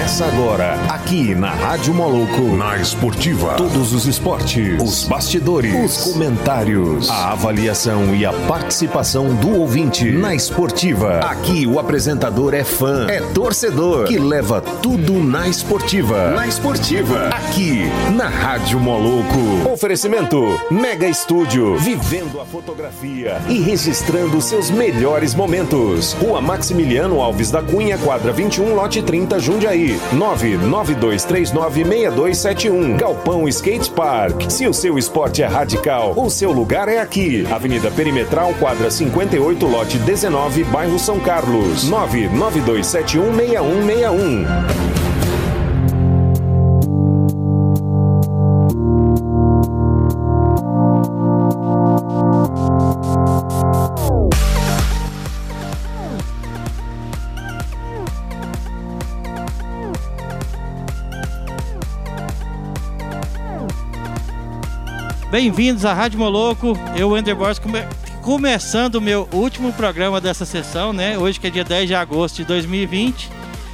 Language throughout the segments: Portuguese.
Começa agora, aqui na Rádio Moloco, na Esportiva. Todos os esportes, os bastidores, os comentários, a avaliação e a participação do ouvinte na Esportiva. Aqui o apresentador é fã, é torcedor, que leva tudo na Esportiva. Na Esportiva, aqui na Rádio Moloco. Oferecimento Mega Estúdio, vivendo a fotografia e registrando seus melhores momentos. Rua Maximiliano Alves da Cunha, quadra 21, lote 30, Jundiaí. 992396271. Galpão Skate Park. Se o seu esporte é radical, o seu lugar é aqui. Avenida Perimetral, quadra 58, lote 19, bairro São Carlos. 992716161. Bem-vindos à Rádio Moloco, eu, Ender Borges, começando o meu último programa dessa sessão, né? Hoje que é dia 10 de agosto de 2020.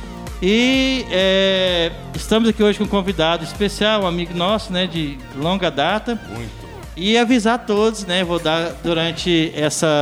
E estamos aqui hoje com um convidado especial, um amigo nosso, né? De longa data. Muito. E avisar a todos, né? Vou dar durante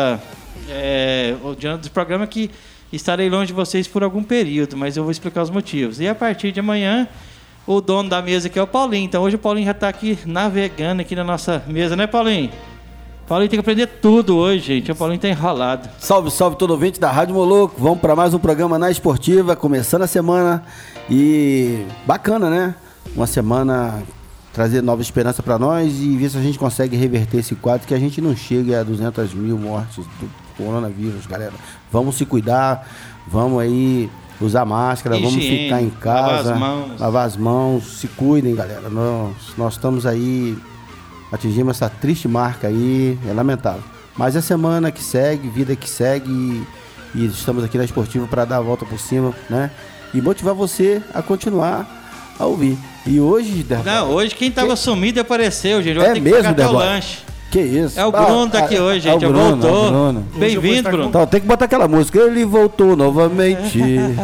durante o programa que estarei longe de vocês por algum período, mas eu vou explicar os motivos. E a partir de amanhã, o dono da mesa aqui é o Paulinho. Então hoje o Paulinho já está aqui navegando aqui na nossa mesa, né, Paulinho? Paulinho tem que aprender tudo hoje, gente. O Paulinho está enrolado. Salve, salve todo ouvinte da Rádio Moloco. Vamos para mais um programa na Esportiva, começando a semana. E bacana, né? Uma semana trazer nova esperança para nós e ver se a gente consegue reverter esse quadro, que a gente não chegue a 200 mil mortes do coronavírus, galera. Vamos se cuidar, vamos aí usar máscara, higiene, vamos ficar em casa, lavar as mãos, se cuidem, galera. Nós estamos aí, atingimos essa triste marca aí, é lamentável. Mas é semana que segue, vida que segue e estamos aqui na Esportiva para dar a volta por cima, né? E motivar você a continuar a ouvir. E hoje, hoje quem estava sumido apareceu, gente. É mesmo, o lanche. Que isso? É o Bruno tá aqui hoje, gente. Voltou. Bem-vindo, Bruno. Então, tem que botar aquela música. Ele voltou novamente.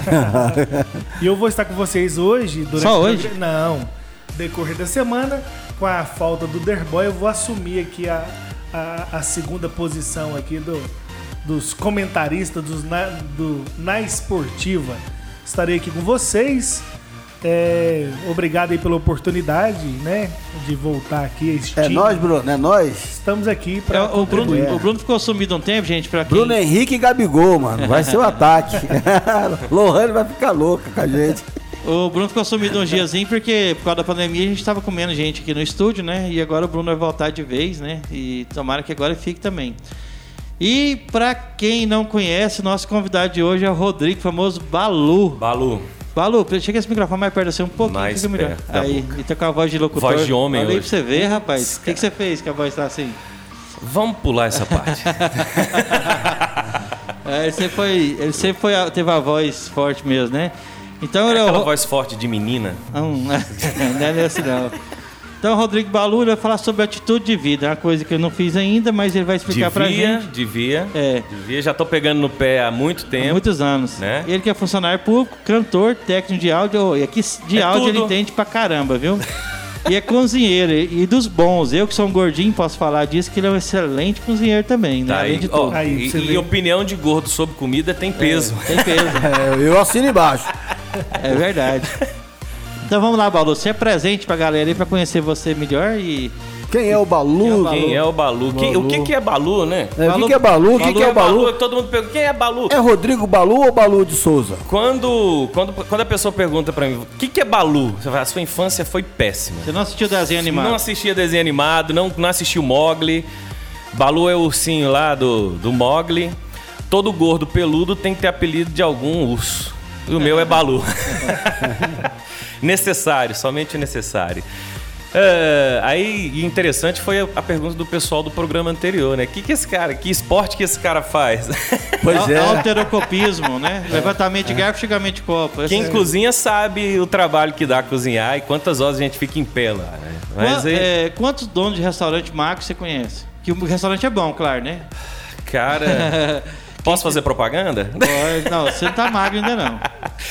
E eu vou estar com vocês hoje. Só hoje? Não. Decorrer da semana, com a falta do Derboy, eu vou assumir aqui a segunda posição aqui dos comentaristas na Esportiva. Estarei aqui com vocês. Obrigado aí pela oportunidade, né, de voltar aqui a este time. É nós, Bruno, é nós. Estamos aqui para o Bruno ficou sumido um tempo, gente, para Bruno Henrique e Gabigol, mano, vai ser o ataque. Lohane vai ficar louca com a gente. O Bruno ficou sumido uns diazinhos porque por causa da pandemia a gente estava com menos gente aqui no estúdio, né? E agora o Bruno vai voltar de vez, né? E tomara que agora fique também. E para quem não conhece, nosso convidado de hoje é o Rodrigo, famoso Balu, chega esse microfone mais perto de você um pouquinho, mais fica melhor. Aí, e tá com a voz de locutor. Voz de homem Olha aí hoje. pra você ver, rapaz. O que você fez que a voz tá assim? Vamos pular essa parte. Ele sempre teve a voz forte mesmo, né? Então, aquela voz forte de menina. Não é assim não. Então, o Rodrigo Balu vai falar sobre atitude de vida, é uma coisa que eu não fiz ainda, mas ele vai explicar pra gente. Devia, já tô pegando no pé há muito tempo. Há muitos anos. Né? Ele que é funcionário público, cantor, técnico de áudio, e aqui de áudio tudo. ele entende pra caramba, viu? E é cozinheiro, e dos bons. Eu que sou um gordinho, posso falar disso, que ele é um excelente cozinheiro também, né? Tá, além de tudo. E opinião de gordo sobre comida tem peso. Tem peso. Eu assino embaixo. É verdade. Então vamos lá, Balu. Você é presente pra galera aí pra conhecer você melhor e... Quem é o Balu? Quem é o Balu? O que é Balu, né? O que é Balu? O que é Balu? Todo mundo pergunta, quem é Balu? É Rodrigo Balu ou Balu de Souza? Quando a pessoa pergunta pra mim, o que é Balu? Você fala, a sua infância foi péssima. Você não assistiu desenho animado? Não assistia desenho animado, não assistiu Mowgli. Balu é o ursinho lá do Mowgli. Todo gordo peludo tem que ter apelido de algum urso. E o meu é Balu. Necessário, somente necessário. Aí, interessante foi a pergunta do pessoal do programa anterior, né? Que esporte que esse cara faz? Pois é. Alterocopismo, né? Levantamento de garfo, chegamento de copo. Quem cozinha sabe o trabalho que dá cozinhar e quantas horas a gente fica em pé lá, né? Mas quantos donos de restaurante macro você conhece? Que o restaurante é bom, claro, né? Cara, posso fazer propaganda? Não, você não tá magro ainda não.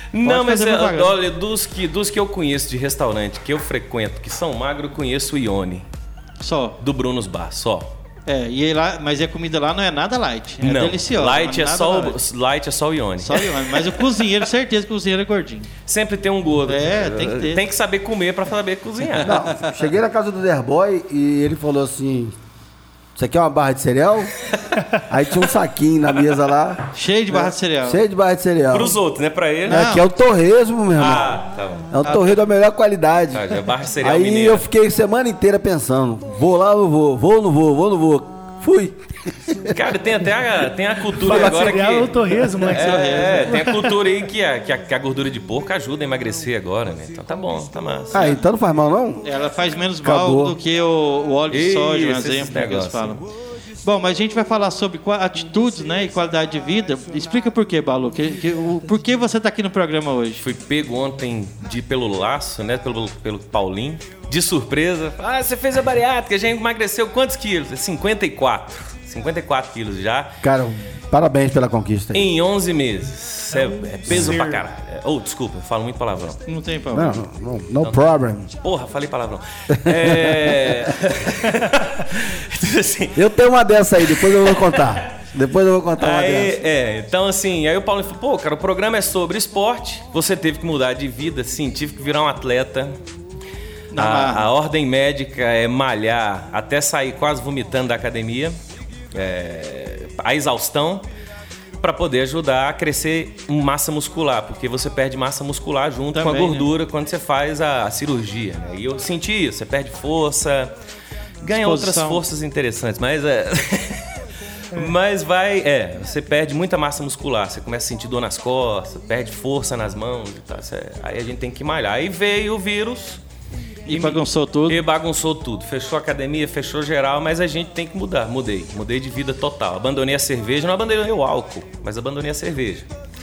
Não, mas fazer propaganda. olha, dos que eu conheço de restaurante, que eu frequento, que são magros, eu conheço o Ione, Só. do Bruno's Bar, só. E lá, mas a comida lá não é nada light. É Não, deliciosa. light é nada só light. light é só o Ione. Só Ione. Mas o cozinheiro, certeza que o cozinheiro é gordinho. Sempre tem um gordo. Tem que ter. Tem que saber comer pra saber cozinhar. Não, cheguei na casa do Derboy e ele falou assim: "Isso aqui é uma barra de cereal?" Aí tinha um saquinho na mesa lá. Cheio de barra de cereal. Cheio de barra de cereal. Pros outros, né? Pra ele. Não. Aqui é o torresmo, meu irmão. Ah, tá bom. É um torresmo da melhor qualidade. Tá, já é barra de cereal Aí mineira. eu fiquei semana inteira pensando: vou lá ou não vou? Vou ou não vou? Vou ou não vou? Fui. Cara, tem a cultura Fala agora cereal ou que... torresmo, né? tem a cultura aí que a gordura de porco ajuda a emagrecer agora, né? Então tá bom, tá massa. Ah, então não faz mal, não? Ela faz menos Acabou. mal do que o óleo de soja, um Isso, esses exemplo que eles negócios. falam. Bom, mas a gente vai falar sobre atitudes, né, e qualidade de vida. Explica por quê, Balu. Por que você está aqui no programa hoje? Fui pego ontem pelo laço, né? Pelo Paulinho. De surpresa. Ah, você fez a bariátrica, já emagreceu quantos quilos? 54. 54 quilos já. Cara, parabéns pela conquista aí. Em 11 meses. É peso pra caralho. Desculpa, eu falo muito palavrão. Não tem problema. No problem. Porra, falei palavrão. Assim, Eu tenho uma dessa aí, depois eu vou contar. Depois eu vou contar uma dessa. então assim, aí o Paulo falou, pô, cara, o programa é sobre esporte, você teve que mudar de vida, sim, tive que virar um atleta. A ordem médica é malhar até sair quase vomitando da academia, a exaustão, para poder ajudar a crescer massa muscular, porque você perde massa muscular junto Também, com a gordura, né? Quando você faz a cirurgia, né? E eu senti isso, você perde força, ganha outras forças interessantes, mas mas você perde muita massa muscular, você começa a sentir dor nas costas, perde força nas mãos e tal, aí a gente tem que malhar. Aí veio o vírus e bagunçou tudo. E bagunçou tudo, fechou a academia, fechou geral, mas a gente tem que mudar. Mudei de vida total. Abandonei a cerveja, não abandonei o álcool, mas abandonei a cerveja.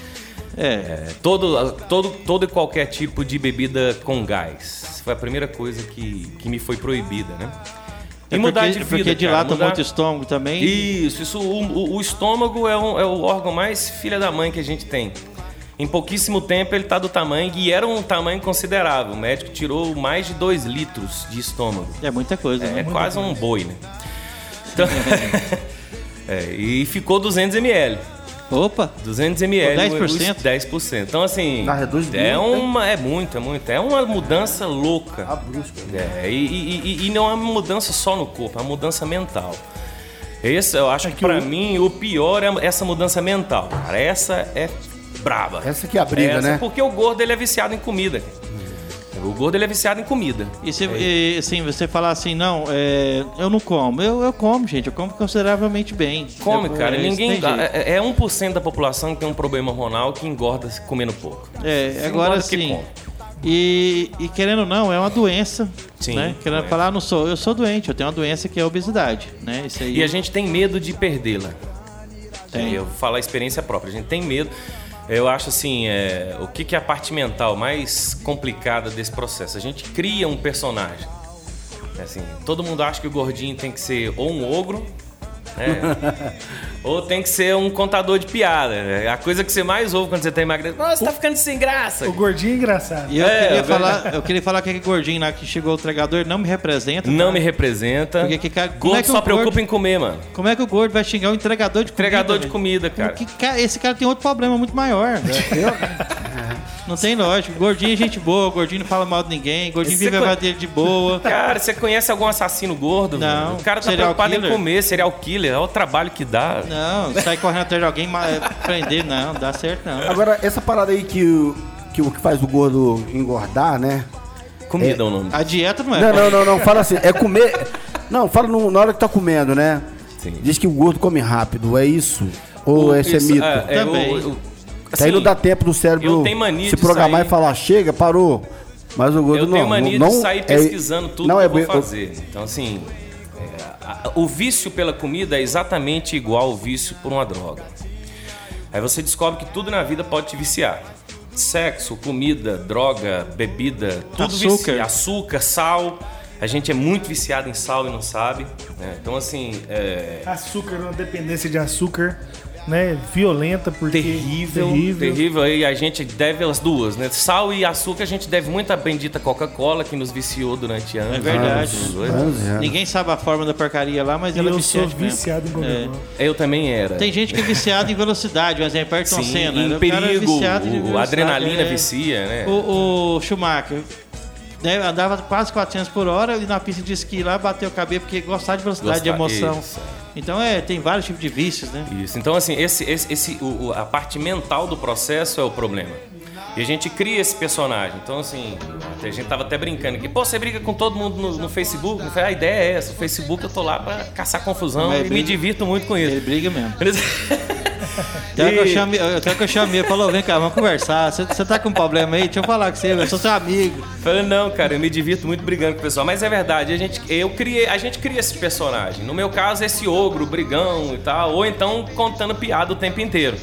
Todo e qualquer tipo de bebida com gás. Foi a primeira coisa que me foi proibida, né? E mudar de vida, porque dilata muito o estômago também. Isso o estômago é o órgão mais filha da mãe que a gente tem. Em pouquíssimo tempo ele está do tamanho, e era um tamanho considerável. O médico tirou mais de 2 litros de estômago. É muita coisa, né? É quase um boi, né? Então, e ficou 200 ml. Opa! 200 ml. 10%? 10%. Então, assim, reduz muito. É uma mudança louca. Brusca. E não é uma mudança só no corpo, é uma mudança mental. Eu acho que pra mim o pior é essa mudança mental, cara. Essa é braba. Essa que é a briga, né? Porque o gordo ele é viciado em comida. O gordo ele é viciado em comida. E assim, você falar assim, não, eu não como. Eu como, gente. Eu como consideravelmente bem. Come, cara. Ninguém. É 1% da população que tem um problema hormonal que engorda comendo pouco. Agora sim. E querendo ou não, é uma doença. Sim. Né? Querendo falar, eu sou doente, eu tenho uma doença que é a obesidade. Né? Isso aí... E a gente tem medo de perdê-la. Eu vou falar a experiência própria. A gente tem medo. Eu acho assim, o que é a parte mental mais complicada desse processo? A gente cria um personagem. Assim, todo mundo acha que o gordinho tem que ser ou um ogro, né? Ou tem que ser um contador de piada. É a coisa que você mais ouve quando você tá emagrecendo. Nossa, você tá ficando sem graça. O gordinho é engraçado. E eu queria falar que aquele gordinho lá que chegou o entregador não me representa. Não me representa. Porque gordo só preocupa em comer, mano. Como é que o gordo vai xingar o entregador de comida? Entregador de comida, cara. Esse cara tem outro problema muito maior. Não tem lógica. Gordinho é gente boa, gordinho não fala mal de ninguém, gordinho vive a vida dele de boa. Cara, você conhece algum assassino gordo? Não. O cara tá preocupado em comer, serial killer, olha o trabalho que dá. Não, sai correndo atrás de alguém, prender, não dá certo não. Agora, essa parada aí que faz o gordo engordar, né? Comida é o nome. A dieta não é. Não, fala assim, é comer... Não, fala na hora que tá comendo, né? Sim. Diz que o gordo come rápido, é isso? Ou esse é mito? Também. Aí não dá tempo do cérebro se programar e falar, chega, parou. Mas o gordo não. Eu tenho mania de sair pesquisando tudo que eu vou fazer. Então, assim, o vício pela comida é exatamente igual ao vício por uma droga. Aí você descobre que tudo na vida pode te viciar. Sexo, comida, droga, bebida, tudo vicia. Açúcar, sal. A gente é muito viciado em sal e não sabe. Né? Então, assim... Açúcar, uma dependência de açúcar né, violenta, porque terrível. E a gente deve as duas, né? Sal e açúcar, a gente deve muito à bendita Coca-Cola, que nos viciou durante anos. É verdade. Ninguém sabe a forma da porcaria lá, mas ela é viciante mesmo. Eu sou viciado em Coca-Cola. Eu também era. Tem gente que é viciado em velocidade, por exemplo, Ayrton Senna. Em perigo, a adrenalina vicia, né? O Schumacher, né, andava quase 400 por hora e na pista de esqui lá bateu o cabelo porque gostava de velocidade, de emoção. Isso. Então tem vários tipos de vícios, né? Isso. Então, assim, a parte mental do processo é o problema. E a gente cria esse personagem. Então, assim, a gente tava até brincando aqui. Pô, você briga com todo mundo no Facebook? A ideia é essa. O Facebook eu tô lá pra caçar confusão e me divirto muito com isso. Ele briga mesmo. Até que eu chamei, falou, vem cá, vamos conversar. Você tá com um problema aí? Deixa eu falar com você, eu sou seu amigo. Falei, não, cara, eu me divirto muito brigando com o pessoal. Mas é verdade, a gente cria esse personagem. No meu caso, esse ogro, brigão e tal. Ou então contando piada o tempo inteiro.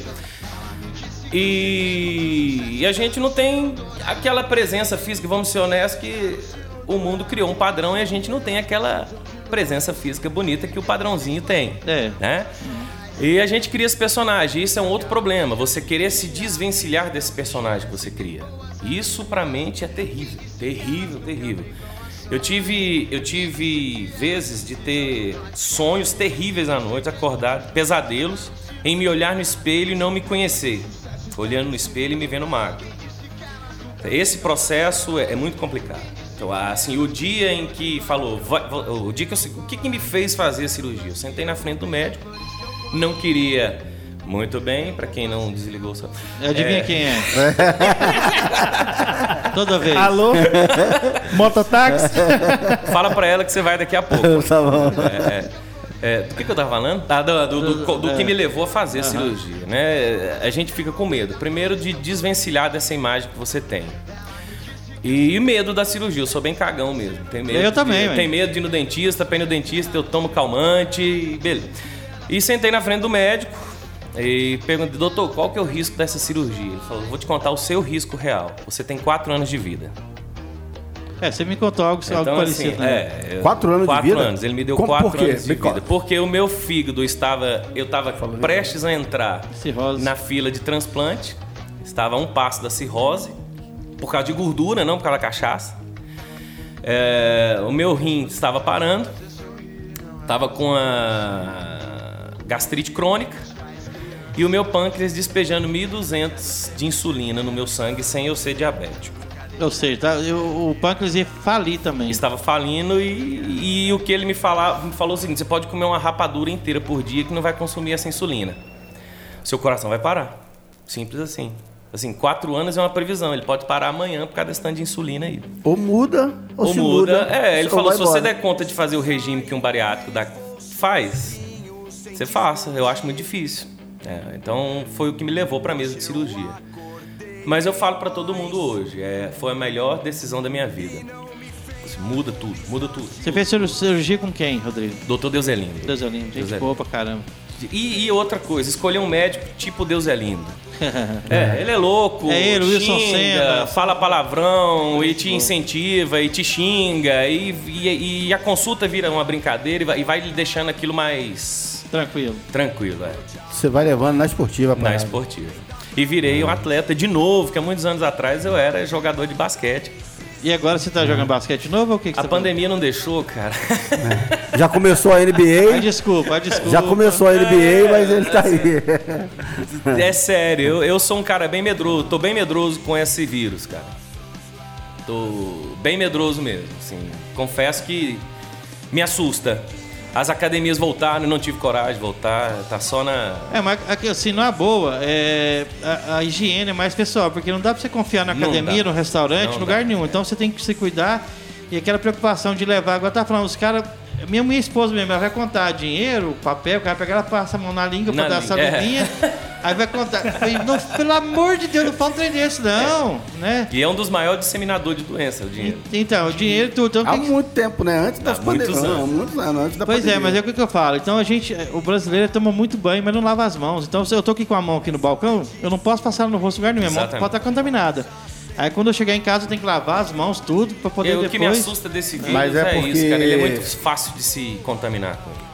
E a gente não tem aquela presença física, vamos ser honestos, que o mundo criou um padrão e a gente não tem aquela presença física bonita que o padrãozinho tem, né? E a gente cria esse personagem, isso é um outro problema, você querer se desvencilhar desse personagem que você cria. Isso pra mente é terrível, terrível, terrível. Eu tive vezes de ter sonhos terríveis à noite, acordado, pesadelos, em me olhar no espelho e não me conhecer. Olhando no espelho e me vendo magro. Esse processo é muito complicado. Então, assim, o dia em que falou, o que me fez fazer a cirurgia? Eu sentei na frente do médico, não queria muito bem, pra quem não desligou o seu. Adivinha quem é? Toda vez. Alô? Mototáxi? Fala pra ela que você vai daqui a pouco. Tá bom. Do que eu tava falando? Do que me levou a fazer a cirurgia, né? A gente fica com medo. Primeiro, de desvencilhar dessa imagem que você tem. E medo da cirurgia. Eu sou bem cagão mesmo. Tenho medo. Eu também. Tenho medo de ir no dentista. Pra ir no dentista, eu tomo calmante. Beleza. E sentei na frente do médico e perguntei, doutor, qual que é o risco dessa cirurgia? Ele falou, vou te contar o seu risco real. Você tem 4 anos de vida. Você me contou algo parecido, assim, né? 4 anos de vida? 4 anos, ele me deu 4 anos de vida. Porque o meu fígado eu estava prestes a entrar na fila de transplante, estava a um passo da cirrose, por causa de gordura, não por causa da cachaça. O meu rim estava parando, estava com a gastrite crônica e o meu pâncreas despejando 1.200 de insulina no meu sangue sem eu ser diabético. Eu sei, tá? O pâncreas ia falir também. Estava falindo e o que ele me falou o seguinte, você pode comer uma rapadura inteira por dia que não vai consumir essa insulina. Seu coração vai parar. Simples assim. Assim, 4 anos é uma previsão. Ele pode parar amanhã por causa desse tanto de insulina aí. Ou muda, ou se muda. Ele falou, se você der conta de fazer o regime que um bariátrico faz, você faça. Eu acho muito difícil. Então, foi o que me levou para a mesa de cirurgia. Mas eu falo pra todo mundo hoje, foi a melhor decisão da minha vida. Muda tudo. Você fez cirurgia com quem, Rodrigo? Doutor Deus é Lindo. Deus é Lindo, gente boa pra caramba. E outra coisa, escolher um médico tipo Deus é Lindo. Ele é louco, ele, Wilson Senna, fala palavrão e te incentiva e te xinga e a consulta vira uma brincadeira e vai lhe deixando aquilo mais... Tranquilo, Você vai levando na esportiva. Na esportiva. E virei um atleta de novo, que há muitos anos atrás eu era jogador de basquete. E agora você tá jogando basquete novo ou o que a pandemia não deixou, cara. Já começou a NBA. Desculpa. Já começou a NBA, mas ele tá aí. É sério, eu sou um cara bem medroso. Tô bem medroso com esse vírus, cara. Tô bem medroso mesmo, assim. Confesso que me assusta. As academias voltaram, eu não tive coragem de voltar, tá só na... mas assim, numa boa, a higiene é mais pessoal, porque não dá pra você confiar na academia, no restaurante, lugar nenhum. Então você tem que se cuidar e aquela preocupação de levar... Agora tá falando, os caras... Minha esposa mesmo, ela vai contar dinheiro, papel, o cara pega, ela passa a mão na língua pra dar essa luvinha, aí vai contar. Não, pelo amor de Deus, não fala um trem desse, não, né? E é um dos maiores disseminadores de doença, o dinheiro. Então, o dinheiro tudo. Então, há muito tempo, né? Antes das pandemias. Muitos anos antes da pois pandemia. Mas é o que eu falo. Então, o brasileiro toma muito banho, mas não lava as mãos. Então, se eu tô aqui com a mão aqui no balcão, eu não posso passar no rosto lugar nenhum. Minha mão pode estar contaminada. Aí quando eu chegar em casa eu tenho que lavar as mãos, tudo, pra poder depois... O que me assusta desse vírus é isso, cara. Ele é muito fácil de se contaminar com ele.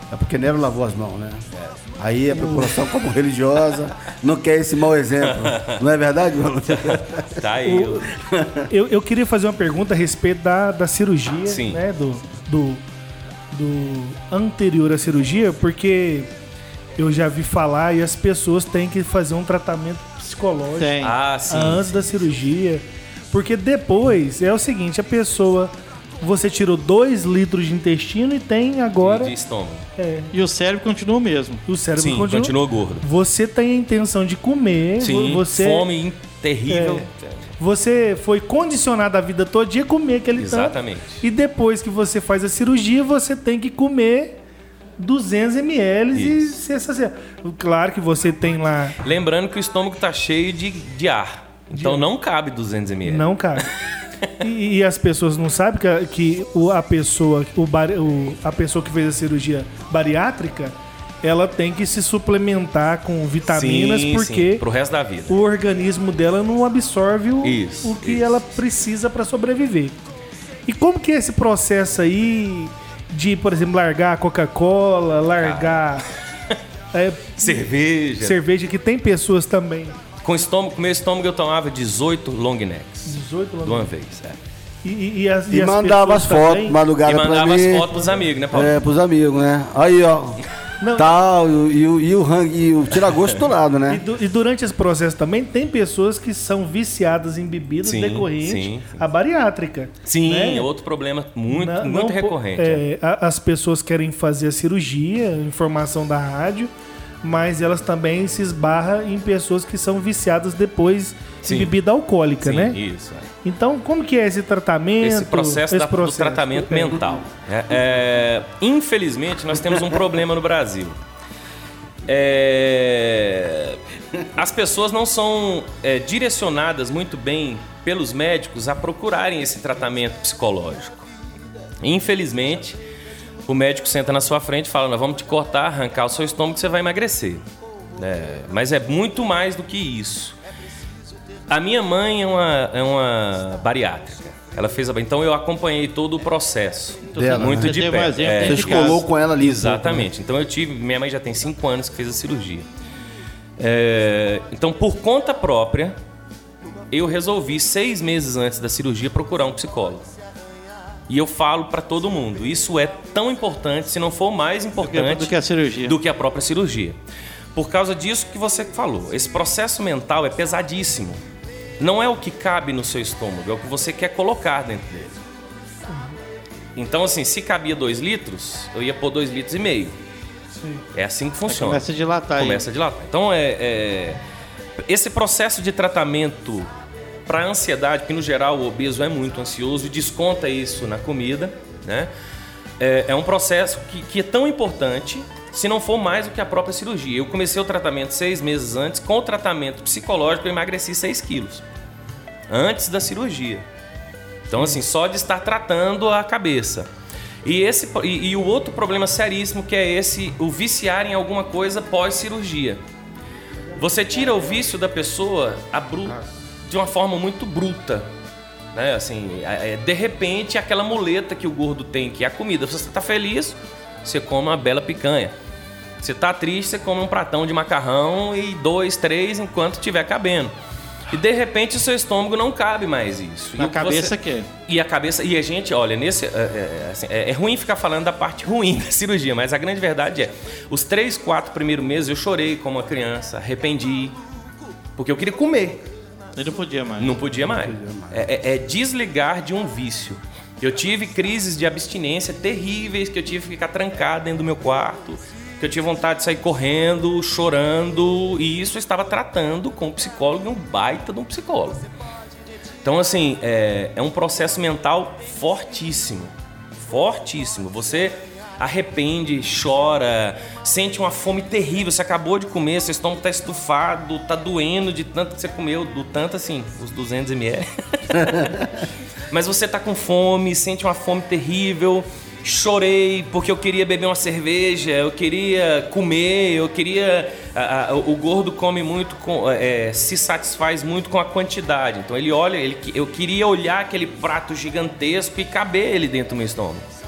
É porque Nero lavou as mãos, né? Aí a população, como religiosa, não quer esse mau exemplo. Não é verdade, mano? Tá aí. Eu queria fazer uma pergunta a respeito da cirurgia, Sim. né? Do anterior à cirurgia, porque eu já vi falar e as pessoas têm que fazer um tratamento psicológico antes da cirurgia. Porque depois é o seguinte, a pessoa... Você tirou 2 litros de intestino e tem agora... De estômago. E o cérebro continua o mesmo. O cérebro continua gordo. Você tem a intenção de comer. Sim, fome terrível. Você foi condicionado a vida toda a comer aquele Exatamente. tanto. E depois que você faz a cirurgia, você tem que comer 200 ml e ser saciado. Claro que você tem lá... Lembrando que o estômago está cheio de ar. Então não cabe 200 ml. Não cabe. E as pessoas não sabem que a pessoa que fez a cirurgia bariátrica, ela tem que se suplementar com vitaminas, porque pro resto da vida. o organismo dela não absorve o que ela precisa para sobreviver. E como que é esse processo aí de, por exemplo, largar a Coca-Cola, largar cerveja, que tem pessoas também... Com meu estômago eu tomava 18 long necks. 18 long de uma vez, E mandava as fotos, madrugada pra mim. E mandava as fotos pros amigos, né, Paulo? Pros amigos, né? Aí, ó. Tal, e o tira-gosto do lado, né? E durante esse processo também tem pessoas que são viciadas em bebidas decorrente à bariátrica. Sim, né? É outro problema muito recorrente. As pessoas querem fazer a cirurgia, informação da rádio, mas elas também se esbarram em pessoas que são viciadas depois em bebida alcoólica, né? Isso. Então, como que é esse tratamento? Esse processo do tratamento mental. Infelizmente, nós temos um problema no Brasil. As pessoas não são direcionadas muito bem pelos médicos a procurarem esse tratamento psicológico. Infelizmente... O médico senta na sua frente e fala, nós vamos te cortar, arrancar o seu estômago que você vai emagrecer. Mas é muito mais do que isso. A minha mãe é uma bariátrica. Ela fez então eu acompanhei todo o processo. Dela, muito né? de perto. Você escolou com ela ali. Exatamente. Então minha mãe já tem 5 anos que fez a cirurgia. Então, por conta própria, eu resolvi 6 meses antes da cirurgia procurar um psicólogo. E eu falo para todo mundo, isso é tão importante, se não for mais importante do que a própria cirurgia. Por causa disso que você falou, esse processo mental é pesadíssimo. Não é o que cabe no seu estômago, é o que você quer colocar dentro dele. Então, assim, se cabia 2 litros, eu ia pôr 2,5 litros. Sim. É assim que funciona. Começa a dilatar. Então, esse processo de tratamento... Para a ansiedade, que no geral o obeso é muito ansioso e desconta isso na comida, né? É um processo que é tão importante, se não for mais do que a própria cirurgia. Eu comecei o tratamento 6 meses antes, com o tratamento psicológico eu emagreci 6 quilos, antes da cirurgia. Então, assim, só de estar tratando a cabeça. E o outro problema seríssimo que é o viciar em alguma coisa pós-cirurgia. Você tira o vício da pessoa de uma forma muito bruta, né? Assim, de repente, aquela muleta que o gordo tem, que é a comida. Se você está feliz, você come uma bela picanha. Se está triste, você come um pratão de macarrão e 2, 3 enquanto estiver cabendo. E de repente o seu estômago não cabe mais isso. Na cabeça quer. E a cabeça. E a gente, olha, é ruim ficar falando da parte ruim da cirurgia, mas a grande verdade os 3, 4 primeiros meses eu chorei como uma criança, arrependi, porque eu queria comer. Ele não podia mais. Não podia mais. É desligar de um vício. Eu tive crises de abstinência terríveis, que eu tive que ficar trancado dentro do meu quarto, que eu tinha vontade de sair correndo, chorando, e isso eu estava tratando com um psicólogo e um baita de um psicólogo. Então, assim, é um processo mental fortíssimo. Fortíssimo. Você arrepende, chora, sente uma fome terrível. Você acabou de comer, seu estômago está estufado, está doendo de tanto que você comeu, do tanto assim, os 200 ml. Mas você está com fome, sente uma fome terrível. Chorei porque eu queria beber uma cerveja, eu queria comer, eu queria... O gordo come muito, se satisfaz muito com a quantidade. Então ele olha, eu queria olhar aquele prato gigantesco e caber ele dentro do meu estômago.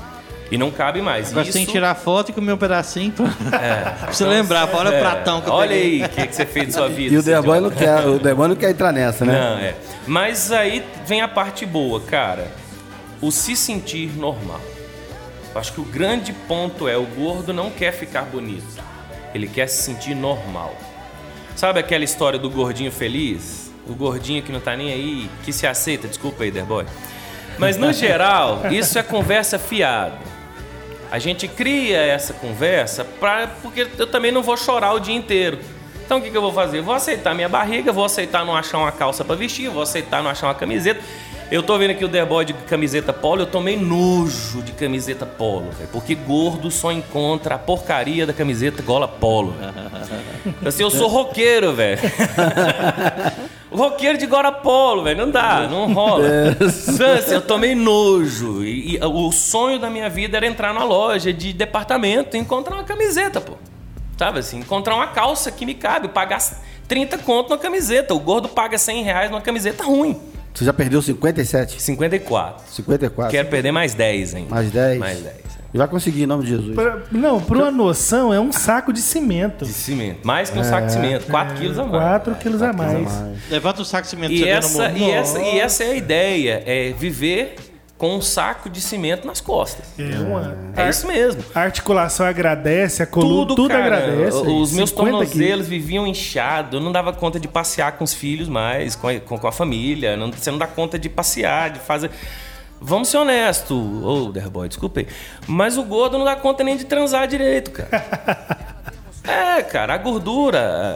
E não cabe mais. Agora isso... você tem que tirar foto e comer um pedacinho pra você então, lembrar. Olha o pratão que eu olha peguei. aí o que você fez de sua vida. E o The Boy não quer entrar nessa, né? Não, Mas aí vem a parte boa, cara. O se sentir normal. Eu acho que o grande ponto é o gordo não quer ficar bonito. Ele quer se sentir normal. Sabe aquela história do gordinho feliz? O gordinho que não tá nem aí, que se aceita. Desculpa aí, The Boy. Mas no geral, isso é conversa fiada. A gente cria essa conversa porque eu também não vou chorar o dia inteiro. Então o que eu vou fazer? Vou aceitar minha barriga, vou aceitar não achar uma calça pra vestir, vou aceitar não achar uma camiseta. Eu tô vendo aqui o The Boy de camiseta polo, eu tomei nojo de camiseta polo, véio, porque gordo só encontra a porcaria da camiseta gola polo. Assim, eu sou roqueiro, velho. Roqueiro de gola polo, velho, não dá, não rola. Então, assim, eu tomei nojo. E o sonho da minha vida era entrar na loja de departamento e encontrar uma camiseta, pô. Sabe assim, encontrar uma calça que me cabe, pagar 30 conto numa camiseta. O gordo paga R$100 numa camiseta ruim. Você já perdeu 57? 54. 54. Quero perder mais 10, hein? Mais 10? Mais 10. E vai conseguir, em nome de Jesus. Por uma noção, é um saco de cimento. De cimento. Mais que um saco de cimento. 4 quilos a mais. 4 quilos a mais. Levanta o saco de cimento. E essa é a ideia. É viver com um saco de cimento nas costas. É isso mesmo. A articulação agradece, a coluna, tudo cara, agradece. Os meus tornozelos viviam inchados, eu não dava conta de passear com os filhos mais, com a família. Você não dá conta de passear, de fazer... Vamos ser honestos, The Boy, desculpa aí. Mas o gordo não dá conta nem de transar direito, cara. Cara, a gordura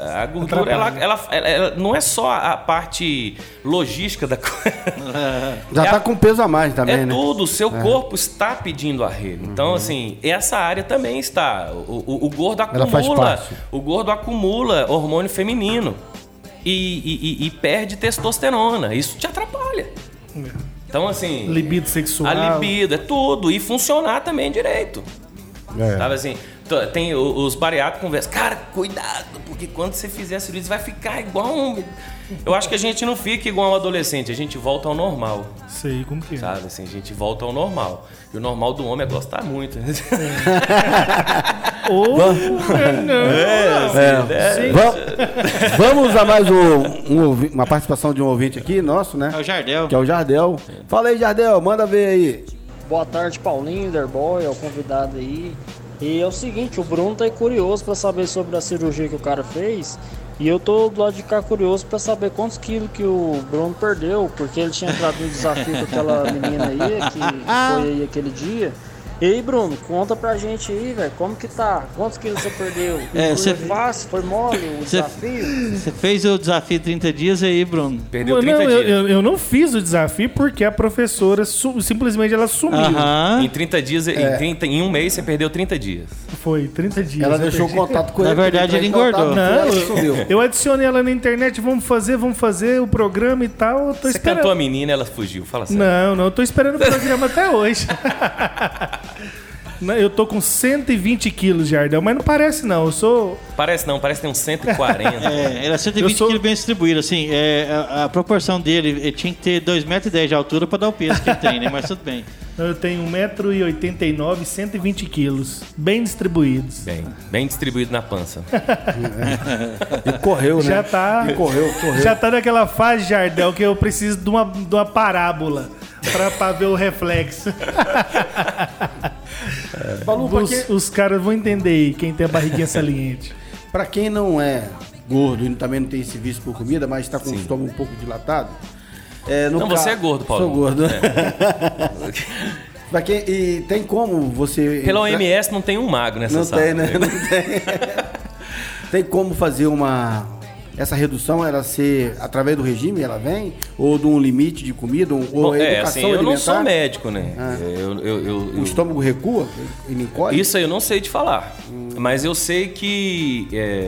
ela não é só a parte logística da coisa. Já tá com peso a mais também, né? Tudo, o seu corpo está pedindo arrego. Então, assim, essa área também está. O gordo acumula hormônio feminino e perde testosterona. Isso te atrapalha. Então, assim... Libido sexual. A libido, é tudo. E funcionar também direito. Sabe assim... Tem os bariátricos conversam, cara, cuidado, porque quando você fizer a cirurgia, você vai ficar igual um... Eu acho que a gente não fica igual um adolescente, a gente volta ao normal. Sei, como que é? Sabe, assim, a gente volta ao normal. E o normal do homem é gostar muito. Vamos a mais uma participação de um ouvinte aqui, nosso, né? É o Jardel. Que é o Jardel. Fala aí, Jardel, manda ver aí. Boa tarde, Paulinho, The Boy, é o convidado aí. E é o seguinte, o Bruno tá aí curioso pra saber sobre a cirurgia que o cara fez. E eu tô do lado de cá curioso pra saber quantos quilos que o Bruno perdeu, porque ele tinha entrado no desafio com aquela menina aí, que foi aí aquele dia. E aí, Bruno, conta pra gente aí, velho, como que tá? Quantos quilos você perdeu? Foi fácil? Foi mole o desafio? Você fez o desafio 30 dias aí, Bruno? Perdeu 30 dias. Eu não fiz o desafio porque a professora simplesmente ela sumiu. Em 30 dias, em um mês você perdeu 30 dias. Foi, 30 dias. Ela deixou o contato com ele. Na verdade, ele engordou. Eu adicionei ela na internet, vamos fazer o programa e tal. Eu tô você esperando. Cantou a menina, ela fugiu, fala sério. Não, eu tô esperando o programa até hoje. Eu tô com 120 quilos, Jardel, mas não parece não, eu sou... Parece não, parece que tem uns 140. Ele é 120 quilos bem distribuído, assim, a proporção dele, ele tinha que ter 2,10 m de altura pra dar o peso que ele tem, né, mas tudo bem. Eu tenho 1,89 m, 120 quilos, bem distribuídos. Bem distribuído na pança. E correu, né? Já tá... Correu. Já tá naquela fase, Jardel, que eu preciso de uma parábola pra ver o reflexo. Os caras vão entender aí, quem tem a barriguinha saliente. Pra quem não é gordo e também não tem esse vício por comida, mas tá com o estômago um pouco dilatado... você é gordo, Paulo. Sou gordo. E tem como você... Pela OMS não tem um magro nessa sala. Não tem, né? Não tem. Tem como fazer essa redução, ela ser através do regime, ela vem? Ou de um limite de comida? Ou educação assim, eu alimentar? não sou médico, né? O estômago recua? Ele encolhe? Isso aí eu não sei te falar. Mas eu sei que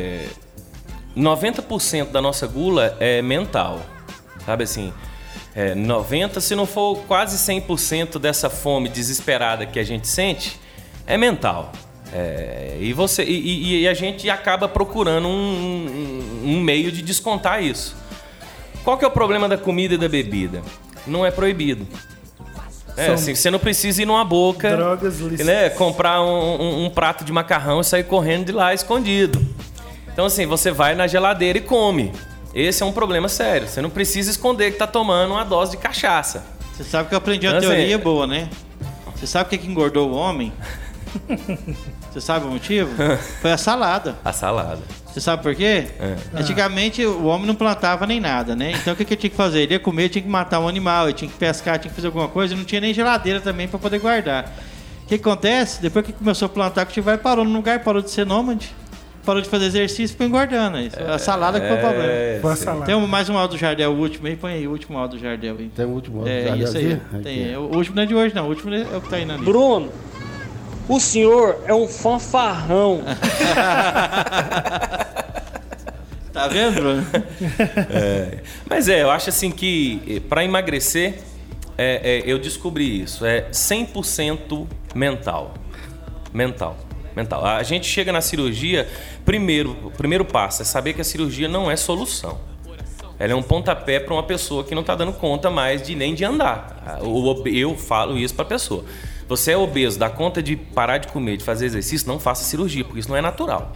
90% da nossa gula é mental. Sabe assim... 90%, se não for quase 100% dessa fome desesperada que a gente sente, é mental. E a gente acaba procurando um meio de descontar isso. Qual que é o problema da comida e da bebida? Não é proibido. Assim, você não precisa ir numa boca, drogas lícitas, né? Comprar um prato de macarrão e sair correndo de lá escondido. Então, assim, você vai na geladeira e come. Esse é um problema sério. Você não precisa esconder que tá tomando uma dose de cachaça. Você sabe que eu aprendi uma teoria boa, né? Você sabe o que engordou o homem? Você sabe o motivo? Foi a salada. A salada. Você sabe por quê? Antigamente o homem não plantava nem nada, né? Então o que ele tinha que fazer? Ele ia comer, tinha que matar um animal, ele tinha que pescar, tinha que fazer alguma coisa, e não tinha nem geladeira também para poder guardar. O que acontece? Depois que começou a plantar cultivar, parou no lugar, parou de ser nômade, parou de fazer exercício e ficou engordando. A salada que foi o problema. Foi a salada. Tem mais um áudio do Jardel, o último aí, põe aí o último áudio do Jardel aí. Tem o último áudio do Jardel? Isso aí. Tem. O último não é de hoje, não. O último é o que tá aí na lista. Bruno, o senhor é um fanfarrão. Tá vendo, Bruno? Mas eu acho assim que para emagrecer, eu descobri isso. É 100% mental. Mental. A gente chega na cirurgia, o primeiro passo é saber que a cirurgia não é solução. Ela é um pontapé para uma pessoa que não está dando conta mais nem de andar. Eu falo isso para a pessoa. Você é obeso, dá conta de parar de comer, de fazer exercício, não faça cirurgia, porque isso não é natural.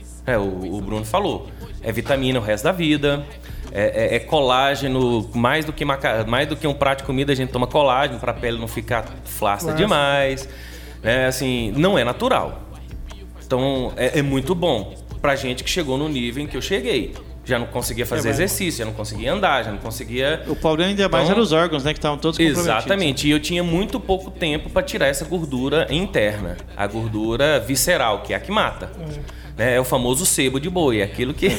O Bruno falou. É vitamina o resto da vida, é colágeno, mais do que um prato de comida, a gente toma colágeno para a pele não ficar flácida demais. Assim, não é natural. Então, é muito bom pra gente que chegou no nível em que eu cheguei. Já não conseguia fazer exercício, já não conseguia andar, já não conseguia... O problema ainda mais eram os órgãos, né? Que estavam todos comprometidos. Exatamente. E eu tinha muito pouco tempo para tirar essa gordura interna. A gordura visceral, que é a que mata. É o famoso sebo de boi. É aquilo que...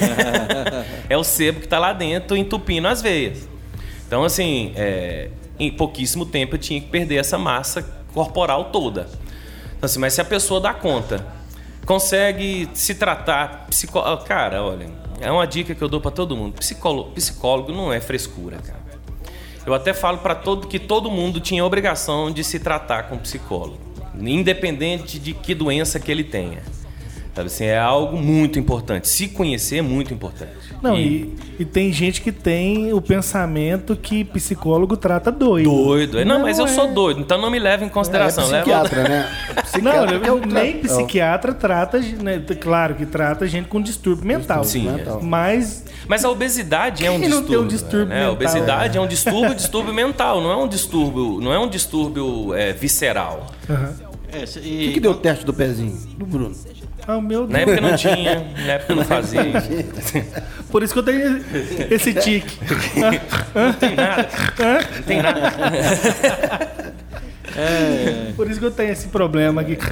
é o sebo que tá lá dentro entupindo as veias. Então, assim, em pouquíssimo tempo eu tinha que perder essa massa corporal toda. Então, assim, mas se a pessoa dá conta, consegue se tratar... Cara, olha... É uma dica que eu dou para todo mundo. Psicólogo não é frescura, cara. Eu até falo para que todo mundo tinha a obrigação de se tratar com psicólogo, independente de que doença que ele tenha. Sabe assim, é algo muito importante. Se conhecer é muito importante. Não, e tem gente que tem o pensamento que psicólogo trata doido. Doido. Não, mas eu sou doido, então não me leve em consideração. Psiquiatra, né? Psiquiatra nem psiquiatra trata, né? Claro que trata gente com distúrbio mental. Sim, Mas a obesidade é um distúrbio. Não tem um distúrbio mental. A obesidade é um distúrbio mental, não é um distúrbio visceral. O que deu o teste do pezinho do Bruno? Oh, meu Deus. Na época não tinha, na época não fazia. Por isso que eu tenho esse tique. Não tem nada. Não tem nada. Por isso que eu tenho esse problema aqui.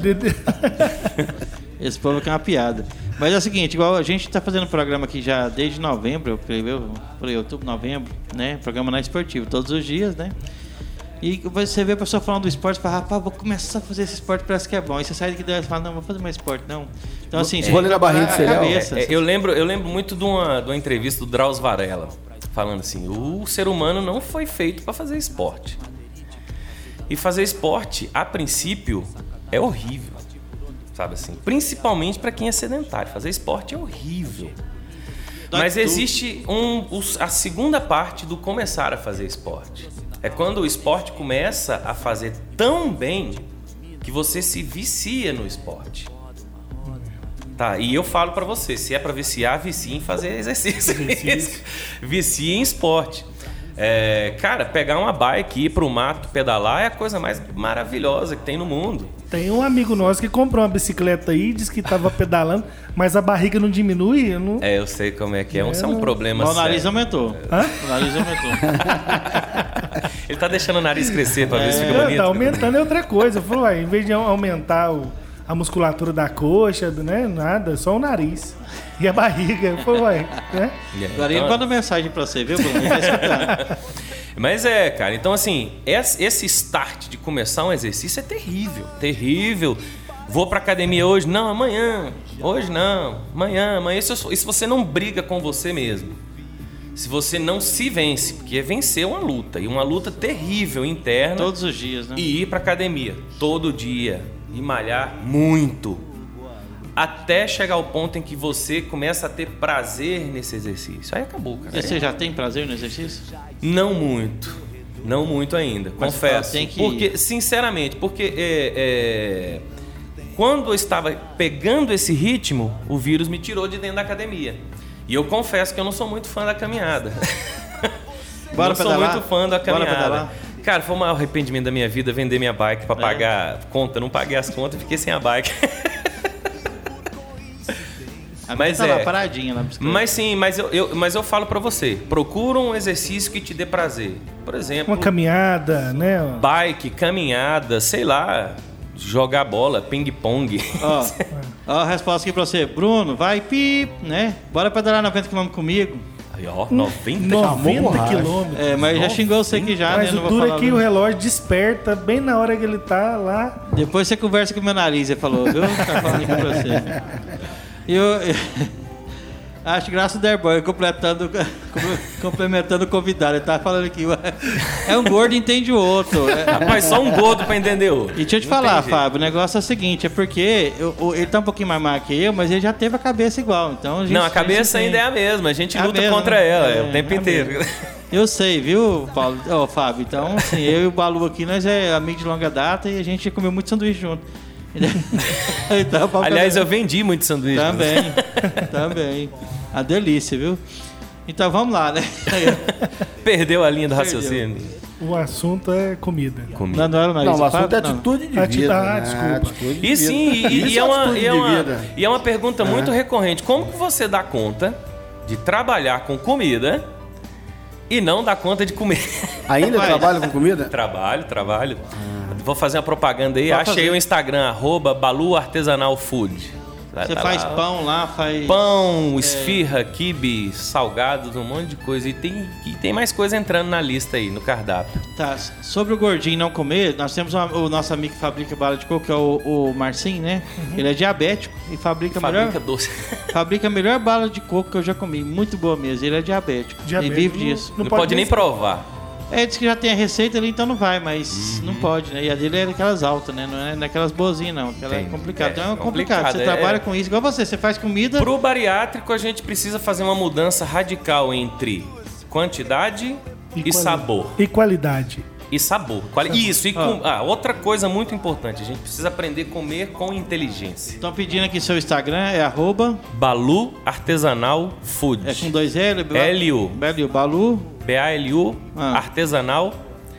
Esse povo que é uma piada. Mas é o seguinte, igual a gente está fazendo programa aqui já desde novembro, por outubro, novembro, né? Programa na Esportivo, todos os dias, né? E você vê a pessoa falando do esporte e fala, rapaz, vou começar a fazer esse esporte, parece que é bom. Aí você sai daqui e fala, não, vou fazer mais esporte, não. Então assim, vou ler na barriga do cereal. Eu lembro muito de uma entrevista do Drauzio Varela, falando assim, o ser humano não foi feito para fazer esporte. E fazer esporte, a princípio, é horrível. Sabe assim? Principalmente para quem é sedentário. Fazer esporte é horrível. Mas existe a segunda parte do começar a fazer esporte. É quando o esporte começa a fazer tão bem que você se vicia no esporte. Tá, e eu falo pra você, se é pra viciar, vicia em fazer exercício. Vicia em esporte. Cara, pegar uma bike e ir pro mato pedalar é a coisa mais maravilhosa que tem no mundo. Tem um amigo nosso que comprou uma bicicleta aí, disse que tava pedalando, mas a barriga não diminui. Eu sei como é que é. Isso é um problema sério. O nariz aumentou. Hã? O nariz aumentou. Ele tá deixando o nariz crescer pra ver se fica bonito. Tá aumentando é outra coisa. Eu falei, em vez de aumentar a musculatura da coxa, né? Nada, só o nariz. E a barriga. Eu falei, né? Agora ele manda mensagem pra você, viu, Bruno? Ele tá escutando. Mas cara, então assim, esse start de começar um exercício é terrível, terrível. Vou pra academia hoje? Não, amanhã. Hoje não, amanhã. Se você não briga com você mesmo, se você não se vence, porque vencer é uma luta, e uma luta terrível interna. Todos os dias, né? E ir pra academia todo dia, e malhar muito, até chegar ao ponto em que você começa a ter prazer nesse exercício. Aí acabou, cara. E você já tem prazer no exercício? Não muito. Não muito ainda, Mas confesso. tem que porque, sinceramente, quando eu estava pegando esse ritmo, o vírus me tirou de dentro da academia. E eu confesso que eu não sou muito fã da caminhada. Bora não sou pedalar? muito fã da Bora caminhada. pedalar? Cara, foi o maior arrependimento da minha vida vender minha bike pra pagar conta. Não paguei as contas e fiquei sem a bike. Mas tá lá paradinha na bicicleta. Mas sim, mas eu falo pra você, procura um exercício que te dê prazer. Por exemplo, Uma caminhada, né? bike, caminhada, sei lá, jogar bola, ping-pong. Ó, a resposta aqui pra você. Bruno, vai né? Bora pedalar 90 km comigo. Aí, ó, 90 90 quilômetros. É, mas já xingou você aqui já, Mas né? o duro é que o relógio desperta bem na hora que ele tá lá. Depois você conversa com o meu nariz, ele falou, viu? Tá falando aqui pra você. E eu acho graça o Derboy complementando o convidado. Ele tava falando aqui, é um gordo entende o outro. Rapaz, só um gordo pra entender o outro. E deixa eu te falar, Fábio, o negócio é o seguinte, é porque ele tá um pouquinho mais magro que eu, mas ele já teve a cabeça igual. Então, Não, a cabeça ainda é a mesma, a gente luta contra ela o tempo inteiro. Eu sei, viu, Paulo? Fábio, então, assim, eu e o Balu aqui, nós é amigo de longa data e a gente comeu muito sanduíche junto. Então, aliás, eu vendi muito sanduíche. Também. A delícia, viu? Então vamos lá, né? Perdeu a linha do raciocínio. O assunto é comida. Não era nariz. Não, o assunto é atitude de vida. Desculpa. E sim, e é uma pergunta muito recorrente. Como que você dá conta de trabalhar com comida e não dá conta de comer? Ainda trabalha com comida? Trabalho. Vou fazer uma propaganda aí. Achei o Instagram, @BaluArtesanalFood. Você faz pão lá, faz... Pão, esfirra, quibe, salgados, um monte de coisa. E tem mais coisa entrando na lista aí, no cardápio. Tá, sobre o gordinho não comer, nós temos o nosso amigo que fabrica bala de coco, que é o Marcinho, né? Ele é diabético e fabrica doce. Fabrica a melhor bala de coco que eu já comi. Muito boa mesmo. Ele é diabético. E vive disso. Não pode nem provar. Diz que já tem a receita ali, então não vai, mas não pode, né? E a dele é daquelas altas, né? Não é daquelas boazinhas, não. Aquela é complicada. Então é complicado. Você trabalha com isso, igual você faz comida... Pro bariátrico, a gente precisa fazer uma mudança radical entre quantidade e sabor. E qualidade. E sabor. Isso. Outra coisa muito importante. A gente precisa aprender a comer com inteligência. Estão pedindo aqui seu Instagram, é Balu Artesanal Food. É com 2 L? L-U. Balu. B-A-L-U. Artesanal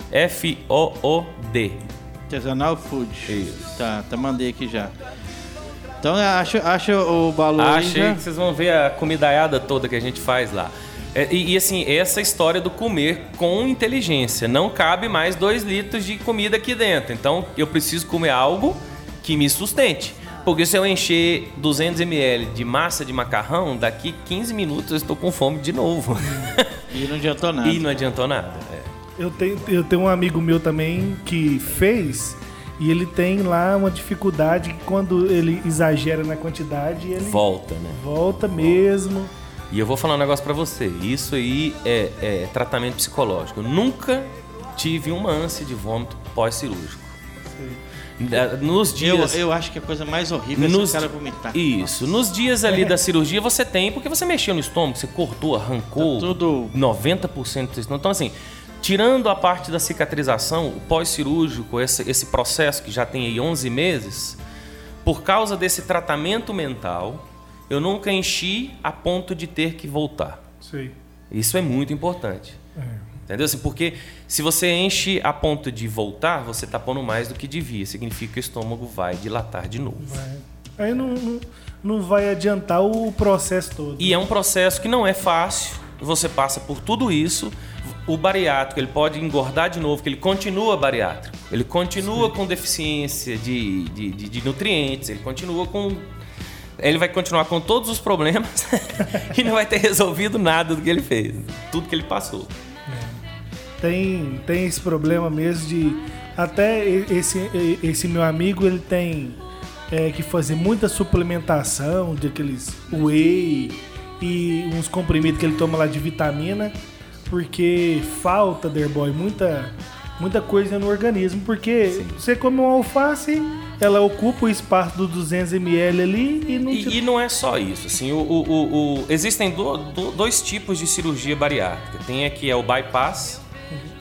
F-O-O-D. Artesanal Food. Isso. Tá, mandei aqui já. Então acha o Balu aí. Achei que vocês vão ver a comidaiada toda que a gente faz lá. E assim, essa história do comer com inteligência. Não cabe mais 2 litros de comida aqui dentro. Então, eu preciso comer algo que me sustente. Porque se eu encher 200 ml de massa de macarrão, daqui 15 minutos eu estou com fome de novo. E não adiantou nada. Eu tenho um amigo meu também que fez... E ele tem lá uma dificuldade que quando ele exagera na quantidade... ele volta, né? Volta mesmo... E eu vou falar um negócio pra você. Isso aí é tratamento psicológico. Eu nunca tive uma ânsia de vômito pós-cirúrgico. Nos dias... Eu acho que a coisa mais horrível é esse cara vomitar. Isso. Nos dias ali da cirurgia você tem, porque você mexeu no estômago, você cortou, arrancou tá tudo... 90% do estômago. Então, assim, tirando a parte da cicatrização, o pós-cirúrgico, esse processo que já tem aí 11 meses, por causa desse tratamento mental... Eu nunca enchi a ponto de ter que voltar. Sim. Isso é muito importante. Entendeu? Assim, porque se você enche a ponto de voltar, você está pondo mais do que devia. Significa que o estômago vai dilatar de novo. Aí não vai adiantar o processo todo. E é um processo que não é fácil. Você passa por tudo isso. O bariátrico, ele pode engordar de novo, porque ele continua bariátrico. Ele continua com deficiência de nutrientes. Ele vai continuar com todos os problemas e não vai ter resolvido nada do que ele fez. Tudo que ele passou. Tem esse problema mesmo de... Até esse meu amigo, ele tem que fazer muita suplementação de aqueles whey e uns comprimidos que ele toma lá de vitamina, porque falta, Derboy, muita coisa no organismo. Porque você come uma alface... Ela ocupa o espaço do 200 ml ali e não... E não é só isso. Assim, existem 2 tipos de cirurgia bariátrica. Tem aqui o bypass,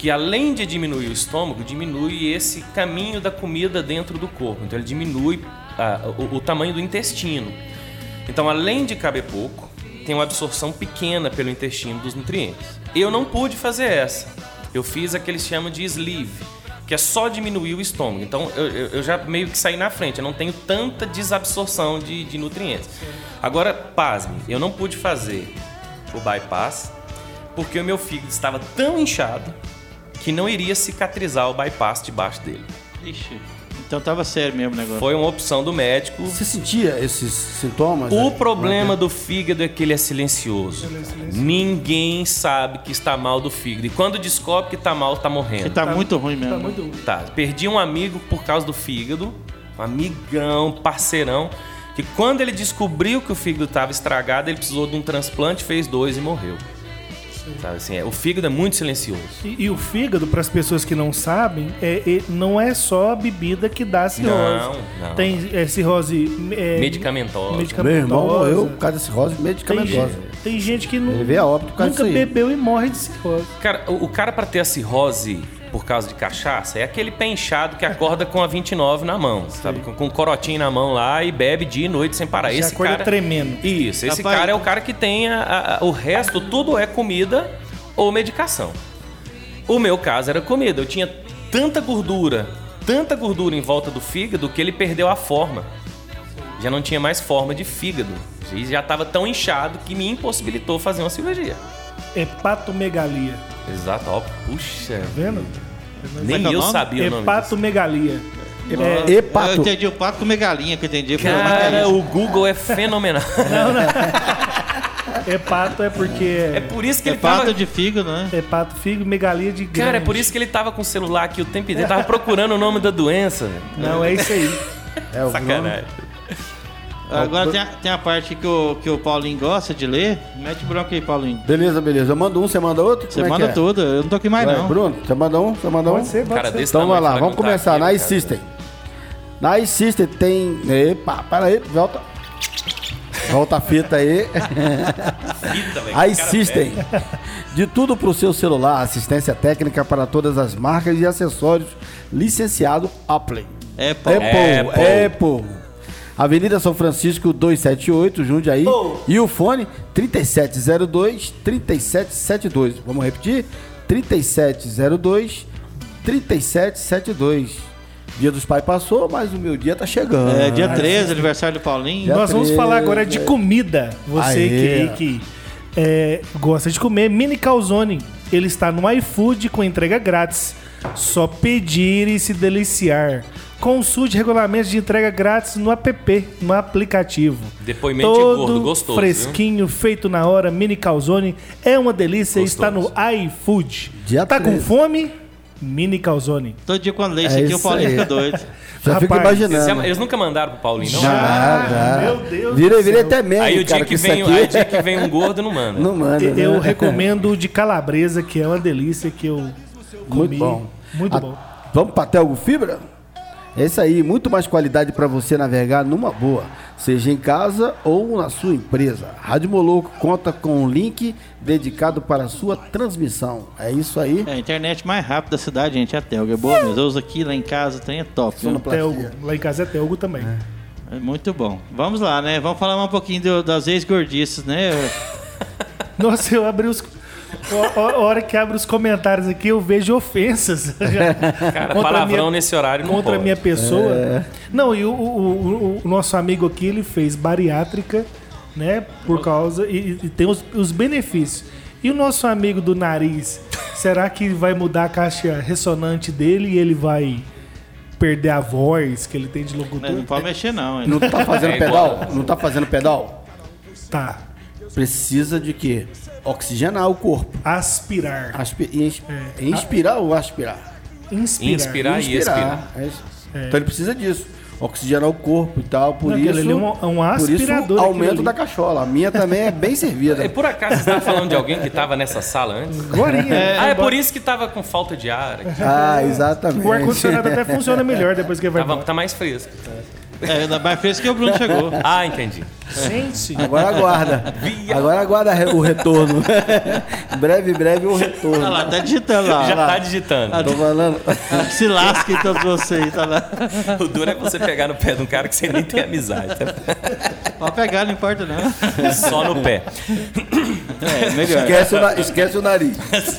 que além de diminuir o estômago, diminui esse caminho da comida dentro do corpo. Então ele diminui o tamanho do intestino. Então, além de caber pouco, tem uma absorção pequena pelo intestino dos nutrientes. Eu não pude fazer essa. Eu fiz a que eles chamam de sleeve, que é só diminuir o estômago. Então, eu já meio que saí na frente. Eu não tenho tanta desabsorção de nutrientes. Agora, pasme, eu não pude fazer o bypass porque o meu fígado estava tão inchado que não iria cicatrizar o bypass debaixo dele. Ixi, então tava sério mesmo o negócio. Foi uma opção do médico. Você sentia esses sintomas? O problema do fígado é que ele é silencioso. Ninguém sabe que está mal do fígado. E quando descobre que está mal, está morrendo. Que tá muito ruim mesmo. Tá muito ruim. Tá, perdi um amigo por causa do fígado. Um amigão, parceirão. Que quando ele descobriu que o fígado estava estragado, ele precisou de um transplante, fez 2 e morreu. Sabe assim, o fígado é muito silencioso. E o fígado, para as pessoas que não sabem, não é só a bebida que dá cirrose. Não. Tem cirrose Medicamentosa. Meu irmão morreu por causa de cirrose medicamentosa. Tem gente que Ele veio a óbito por causa nunca disso aí. bebeu e morre de cirrose. Cara, o cara para ter a cirrose por causa de cachaça é aquele pé inchado que acorda com a 29 na mão, sabe? Com um corotinho na mão lá e bebe dia e noite sem parar. Já Esse acorda cara tremendo. Isso, esse Rapaz, cara é o cara que tem o resto, tudo é comida ou medicação. O meu caso era comida. Eu tinha tanta gordura em volta do fígado que ele perdeu a forma. Já não tinha mais forma de fígado. E já estava tão inchado que me impossibilitou fazer uma cirurgia. Hepatomegalia. Exato, ó, puxa. Tá vendo? Nem eu sabia o nome disso. Hepatomegalia. Hepato. Eu entendi o pato comer galinha, que eu entendi. Cara, o Google é fenomenal. Hepato é porque... É por isso que ele Hepato tava... de fígado, né? Hepato, fígado, megalia de grande. Cara, é por isso que ele tava com o celular aqui o tempo inteiro. Ele tava procurando o nome da doença, velho. Não, é isso aí. É o Sacanagem. Agora tem a parte que o Paulinho gosta de ler. Mete bronca aí, Paulinho. Beleza. Eu mando um, você manda outro? Você Como é manda que é? tudo, eu não tô aqui mais Vai, não. Bruno, você manda um? Você manda um? Pode ser, pode Cara, ser. desse Então vai tamanho lá, que vamos contar começar. aqui, Na cara. System. Na System tem... Epa, para aí, volta. Volta a fita aí. Fita, velho, A que cara System. velho. De tudo para o seu celular, assistência técnica para todas as marcas e acessórios, licenciado Apple. Apple. Avenida São Francisco 278, Jundiaí. E o fone 3702-3772. Vamos repetir? 3702-3772. Dia dos Pais passou, mas o meu dia tá chegando. É dia 13, aniversário do Paulinho. Dia Nós vamos 13, falar agora de comida. Você Aê. que gosta de comer, Mini Calzone. Ele está no iFood com entrega grátis. Só pedir e se deliciar. Consulte regulamentos de entrega grátis no app, no aplicativo. Depoimento de gordo, gostoso. Fresquinho, feito na hora. Mini Calzone é uma delícia. Gostoso. Está no iFood. Dia Tá com 13. fome? Mini Calzone. Todo dia quando lê isso É aqui, o isso Paulinho aí. fica doido. Já fica Rapaz, imaginando. Eles nunca mandaram pro Paulinho, não? Já. Meu Deus Virei do céu. até meme, Aí o dia cara, que com vem, isso aí o aqui. dia que vem um gordo não manda. Não manda, né? Eu recomendo o de calabresa, que é uma delícia que eu comi. Muito bom. Muito bom. Vamos para Telgo Fibra? É isso aí, muito mais qualidade para você navegar numa boa, seja em casa ou na sua empresa. Rádio Moloco conta com um link dedicado para a sua transmissão. É isso aí. É a internet mais rápida da cidade, gente, é a Telgo. É boa mesmo. Eu uso aqui, lá em casa, o trem é top. viu? Telgo. Lá em casa é Telgo também. É muito bom. Vamos lá, né? Vamos falar um pouquinho das ex-gordices, né? Nossa, eu abri os... A hora que abre os comentários aqui, eu vejo ofensas. Cara, palavrão nesse horário não contra a pode. minha pessoa. Não, e o nosso amigo aqui, ele fez bariátrica, né? Por causa... E tem os benefícios. E o nosso amigo do nariz, será que vai mudar a caixa ressonante dele e ele vai perder a voz que ele tem de locutor? Não pode mexer, não. hein? Não tá fazendo É igual. pedal? Não tá fazendo pedal? Tá. Precisa de quê? Oxigenar o corpo. Aspirar. Inspirar ou aspirar? Inspirar. Inspirar e expirar. É isso. Então ele precisa disso. Oxigenar o corpo e tal. Por Não, isso, aquele ali é um por aspirador, isso, aquele aumento ali. da cachola. A minha também é bem servida. E por acaso você estava falando de alguém que estava nessa sala antes? Agorinha. É por isso que estava com falta de ar aqui. Ah, exatamente. O ar-condicionado até funciona melhor depois que vai embora. Tá mais fresco. mais fresco que o Bruno chegou. Ah, entendi. Gente, Agora aguarda o retorno. breve o retorno. Olha lá, tá digitando lá. Já tá digitando. Tô falando. Se lasque todos vocês, tá lá. O duro é você pegar no pé de um cara que você nem tem amizade. Pode pegar, não importa não. Só no pé. Melhor. Esquece o nariz.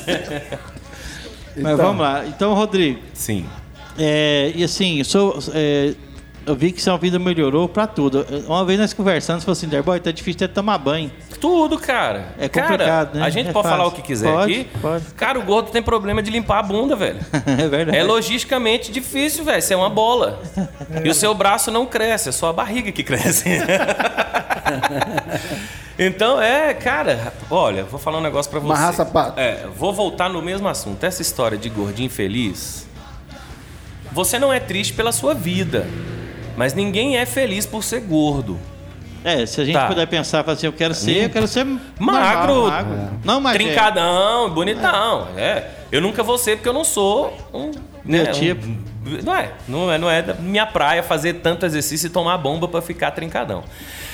Mas vamos lá. Então, Rodrigo. Sim. E assim, eu vi que sua vida melhorou pra tudo. Uma vez nós conversando, você falou assim, Derboy, tá difícil até tomar banho. Tudo, cara. É complicado, cara, né? A gente pode falar o que quiser aqui. Pode. Cara, o gordo tem problema de limpar a bunda, velho. É verdade. É logisticamente difícil, velho. Você é uma bola. E o seu braço não cresce, é só a barriga que cresce. Então, cara, olha, vou falar um negócio pra você. Amarrar sapato. Vou voltar no mesmo assunto. Essa história de gordinho feliz, você não é triste pela sua vida, mas ninguém é feliz por ser gordo. Se a gente puder pensar, falar assim, eu quero ser magro. Não mais trincadão, bonitão. Eu nunca vou ser porque eu não sou meu tipo. Não é da minha praia fazer tanto exercício e tomar bomba pra ficar trincadão.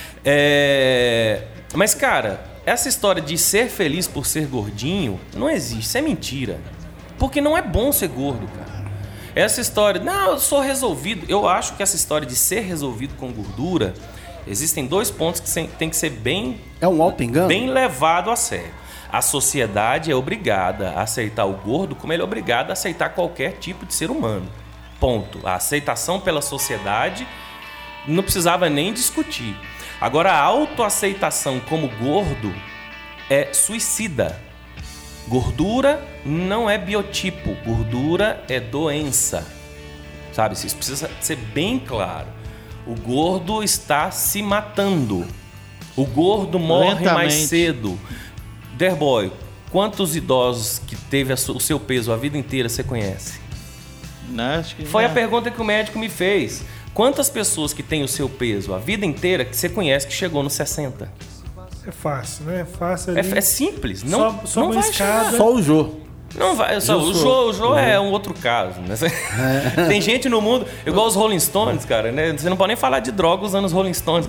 Mas, cara, essa história de ser feliz por ser gordinho não existe, isso é mentira. Porque não é bom ser gordo, cara. Essa história, não, eu sou resolvido. Eu acho que essa história de ser resolvido com gordura, existem 2 pontos que tem que ser bem... É um auto-engano? Bem levado a sério. A sociedade é obrigada a aceitar o gordo como ele é obrigado a aceitar qualquer tipo de ser humano. Ponto. A aceitação pela sociedade não precisava nem discutir. Agora, a autoaceitação como gordo é suicida. Gordura não é biotipo, gordura é doença. Sabe? Isso precisa ser bem claro. O gordo está se matando. O gordo morre lentamente. Mais cedo. Derboy, quantos idosos que teve o seu peso a vida inteira você conhece? Não, acho que Foi não. a pergunta que o médico me fez. Quantas pessoas que têm o seu peso a vida inteira que você conhece que chegou nos 60? é fácil, né? É fácil ali. É simples. Não, Só não uma vai escada. chegar. Só o Jô. Não vai. O Jô é um outro caso. Né? Tem gente no mundo, igual os Rolling Stones, cara. Né? Você não pode nem falar de droga usando os Rolling Stones.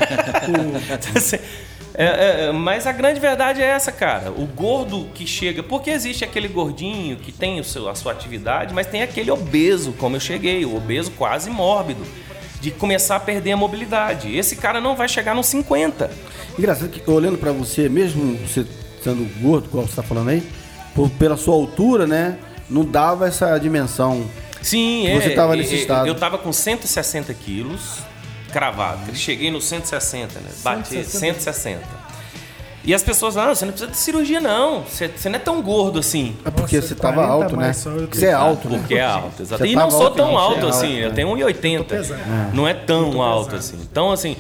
Mas a grande verdade é essa, cara. O gordo que chega... Porque existe aquele gordinho que tem a sua atividade, mas tem aquele obeso, como eu cheguei. O obeso quase mórbido. De começar a perder a mobilidade. Esse cara não vai chegar nos 50. Engraçado que olhando pra você, mesmo você sendo gordo, como você tá falando aí, pela sua altura, né? Não dava essa dimensão. Sim, Você tava nesse estado. Eu tava com 160 quilos, cravado. Cheguei nos 160, né? Bati 160. E as pessoas falam, você não precisa de cirurgia, não. Você não é tão gordo assim. É porque Nossa, você tava 40 alto, né? mais só eu Você é alto, né? Porque é alto, exato. Você E não tava sou alto, tão gente, alto é assim, alto, eu tenho 1,80. Tô pesado. Não é tão Tô alto pesado. assim. Então, assim,